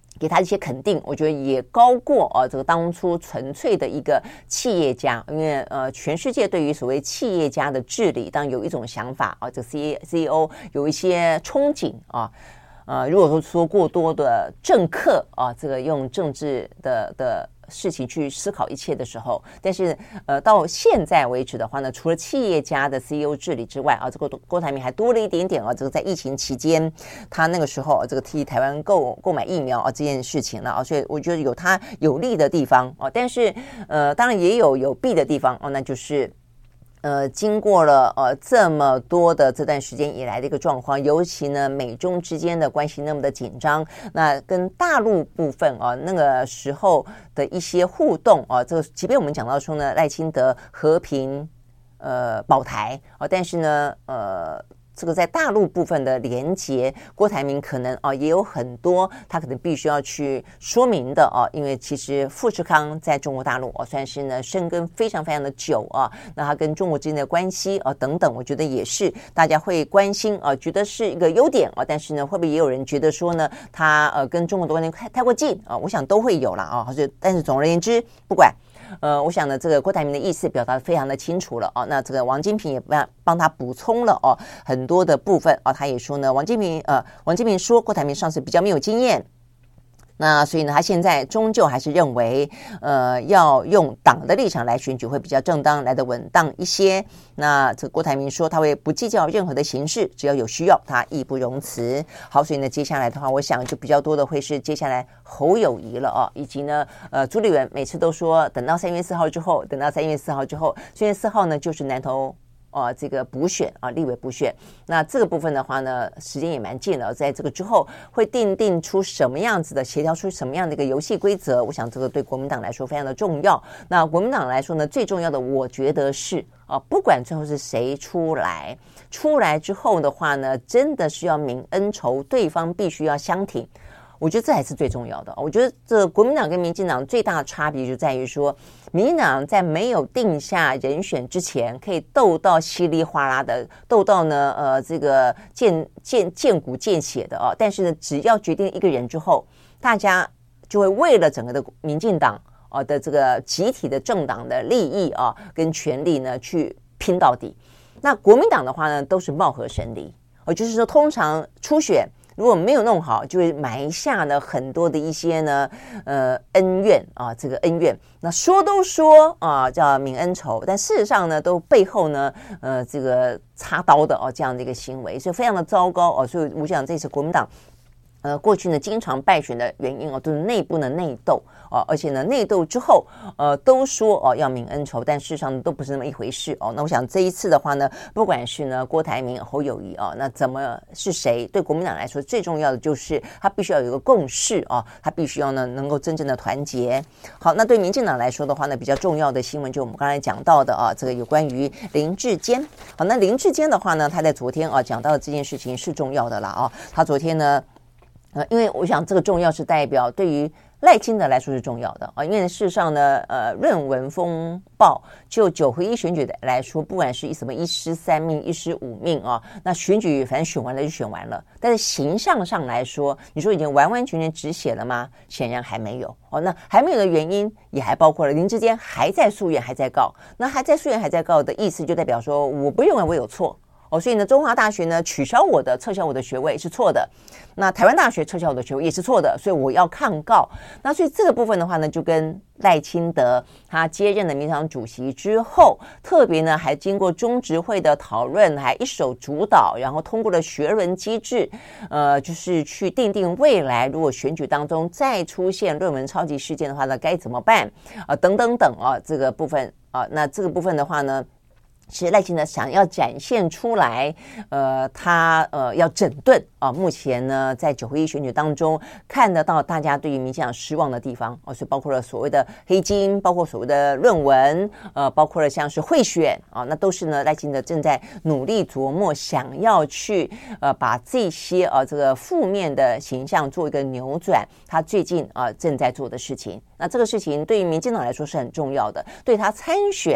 给他一些肯定，我觉得也高过啊这个当初纯粹的一个企业家，因为呃全世界对于所谓企业家的治理，当然有一种想法啊，这个 C E O 有一些憧憬啊。呃，如果说说过多的政客啊，这个用政治的的事情去思考一切的时候，但是呃，到现在为止的话呢，除了企业家的 C E O 治理之外啊，这个郭台铭还多了一点点啊，这个在疫情期间，他那个时候、啊、这个替台湾购购买疫苗啊这件事情了啊，所以我觉得有他有利的地方啊，但是呃，当然也有有弊的地方哦、啊，那就是。呃，经过了呃这么多的这段时间以来的一个状况，尤其呢美中之间的关系那么的紧张，那跟大陆部分啊那个时候的一些互动啊，这个即便我们讲到说呢赖清德和平呃保台啊，但是呢呃。这个在大陆部分的连结，郭台铭可能啊也有很多他可能必须要去说明的啊，因为其实富士康在中国大陆啊算是呢深耕非常非常的久啊，那他跟中国之间的关系啊等等，我觉得也是大家会关心啊，觉得是一个优点啊，但是呢会不会也有人觉得说呢他呃跟中国的关系太太过近啊？我想都会有啦啊，但是总而言之不管。呃，我想呢，这个郭台铭的意思表达得非常的清楚了哦。那这个王金平也帮帮他补充了哦很多的部分哦。他也说呢，王金平呃，王金平说郭台铭上次比较没有经验。那所以呢，他现在终究还是认为，呃，要用党的立场来选举会比较正当，来得稳当一些。那这郭台铭说，他会不计较任何的形式，只要有需要，他义不容辞。好，所以呢，接下来的话，我想就比较多的会是接下来侯友宜了哦，以及呢，呃，朱立伦每次都说等到三月四号之后，等到三月四号之后，三月四号呢就是南投。呃，这个补选啊，立委补选，那这个部分的话呢，时间也蛮近了，在这个之后会定定出什么样子的，协调出什么样的一个游戏规则，我想这个对国民党来说非常的重要。那国民党来说呢，最重要的我觉得是啊，不管最后是谁出来，出来之后的话呢，真的是要泯恩仇，对方必须要相挺。我觉得这还是最重要的。我觉得这国民党跟民进党最大的差别就在于说，民进党在没有定下人选之前，可以斗到稀里哗啦的，斗到呢呃这个见见见骨见血的啊。但是呢，只要决定一个人之后，大家就会为了整个的民进党啊的这个集体的政党的利益啊跟权力呢去拼到底。那国民党的话呢，都是貌合神离，哦，就是说通常初选。如果没有弄好，就会埋下了很多的一些呢，呃，恩怨啊，这个恩怨。那说都说啊，叫泯恩仇，但事实上呢，都背后呢，呃，这个插刀的哦，这样的一个行为，所以非常的糟糕哦。所以我想这次国民党。呃，过去呢经常败选的原因哦，都是内部的内斗哦，而且呢内斗之后，呃，都说哦要泯恩仇，但事实上都不是那么一回事哦。那我想这一次的话呢，不管是呢郭台铭、侯友宜哦，那怎么是谁？对国民党来说，最重要的就是他必须要有一个共识哦，他必须要呢能够真正的团结。好，那对民进党来说的话呢，比较重要的新闻就我们刚才讲到的啊，这个有关于林智坚。好，那林智坚的话呢，他在昨天啊讲到的这件事情是重要的啦啊，他昨天呢。呃，因为我想这个重要是代表对于赖清德来说是重要的啊，因为事实上呢，呃，论文风暴就九合一选举的来说，不管是一什么一失三命、一失五命啊，那选举反正选完了就选完了，但是形象上来说，你说已经完完全全止血了吗？显然还没有哦。那还没有的原因也还包括了林智坚还在诉愿，还在告，那还在诉愿还在告的意思，就代表说我不认为我有错。哦，所以呢，中华大学呢取消我的、撤销我的学位是错的，那台湾大学撤销我的学位也是错的，所以我要抗告。那所以这个部分的话呢，就跟赖清德他接任了民进党主席之后，特别呢还经过中执会的讨论，还一手主导，然后通过了学伦机制，呃，就是去定定未来如果选举当中再出现论文超级事件的话呢，该怎么办啊、呃？等等等啊，这个部分啊，那这个部分的话呢。其实赖清德想要展现出来，呃，他呃要整顿啊。目前呢，在九合一选举当中看得到大家对于民进党失望的地方哦，所以包括了所谓的黑金，包括所谓的论文，呃，包括了像是贿选啊，那都是呢赖清德正在努力琢磨，想要去呃把这些啊这个负面的形象做一个扭转。他最近啊正在做的事情，那这个事情对于民进党来说是很重要的，对他参选。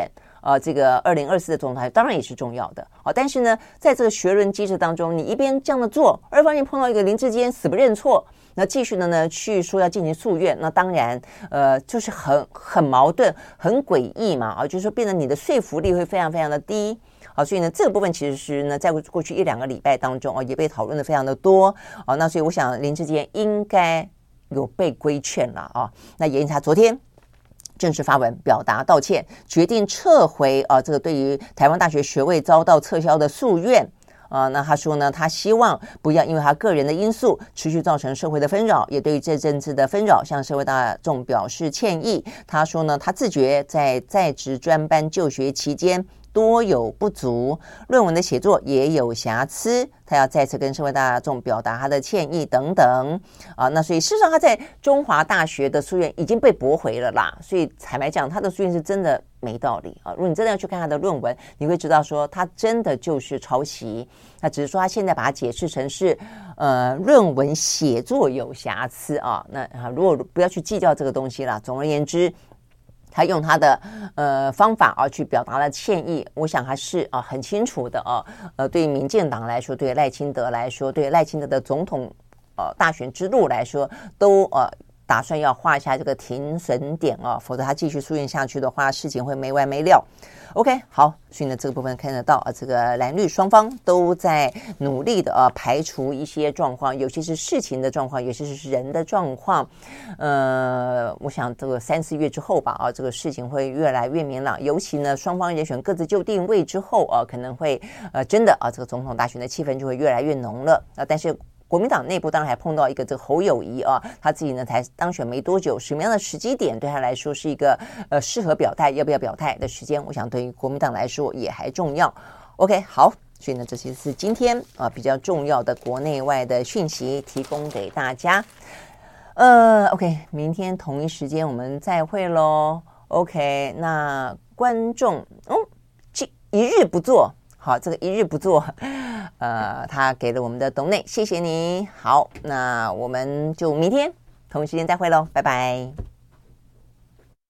呃这个二零二四的总统大选，当然也是重要的啊。但是呢，在这个学轮机制当中，你一边这样的做，二方面碰到一个林智坚死不认错，那继续的呢去说要进行诉愿，那当然呃就是很很矛盾、很诡异嘛啊，就是说变得你的说服力会非常非常的低。好，所以呢，这个部分其实是呢，在过去一两个礼拜当中啊，也被讨论的非常的多啊。那所以我想林智坚应该有被规劝了啊。那也因他昨天正式发文表达道歉，决定撤回啊这个对于台湾大学学位遭到撤销的诉愿。啊，那他说呢，他希望不要因为他个人的因素持续造成社会的纷扰，也对于这阵子的纷扰向社会大众表示歉意。他说呢，他自觉在在职专班就学期间多有不足，论文的写作也有瑕疵，他要再次跟社会大众表达他的歉意等等啊。那所以事实上他在中华大学的诉愿已经被驳回了啦，所以坦白讲他的诉愿是真的没道理啊。如果你真的要去看他的论文，你会知道说他真的就是抄袭，那只是说他现在把它解释成是呃论文写作有瑕疵啊。那啊如果不要去计较这个东西啦，总而言之他用他的呃方法啊去表达了歉意，我想还是啊很清楚的啊。呃，对于民进党来说，对赖清德来说，对赖清德的总统呃大选之路来说，都呃打算要画下这个停损点啊，否则他继续诉愿下去的话，事情会没完没了。OK， 好，所以呢，这个部分看得到啊，这个蓝绿双方都在努力的啊排除一些状况，尤其是事情的状况，尤其是人的状况。呃，我想这个三四月之后吧，啊，这个事情会越来越明朗。尤其呢，双方人选各自就定位之后啊，可能会呃真的啊，这个总统大选的气氛就会越来越浓了啊。但是国民党内部当然还碰到一个这个侯友宜啊，他自己呢才当选没多久，什么样的时机点对他来说是一个呃适合表态，要不要表态的时间，我想对于国民党来说也还重要。OK， 好，所以呢这些是今天啊、呃、比较重要的国内外的讯息提供给大家。呃 OK， 明天同一时间我们再会咯。 OK， 那观众嗯一日不做，好，这个一日不做呃，他给了我们的抖内，谢谢你。好，那我们就明天同一时间再会咯，拜拜。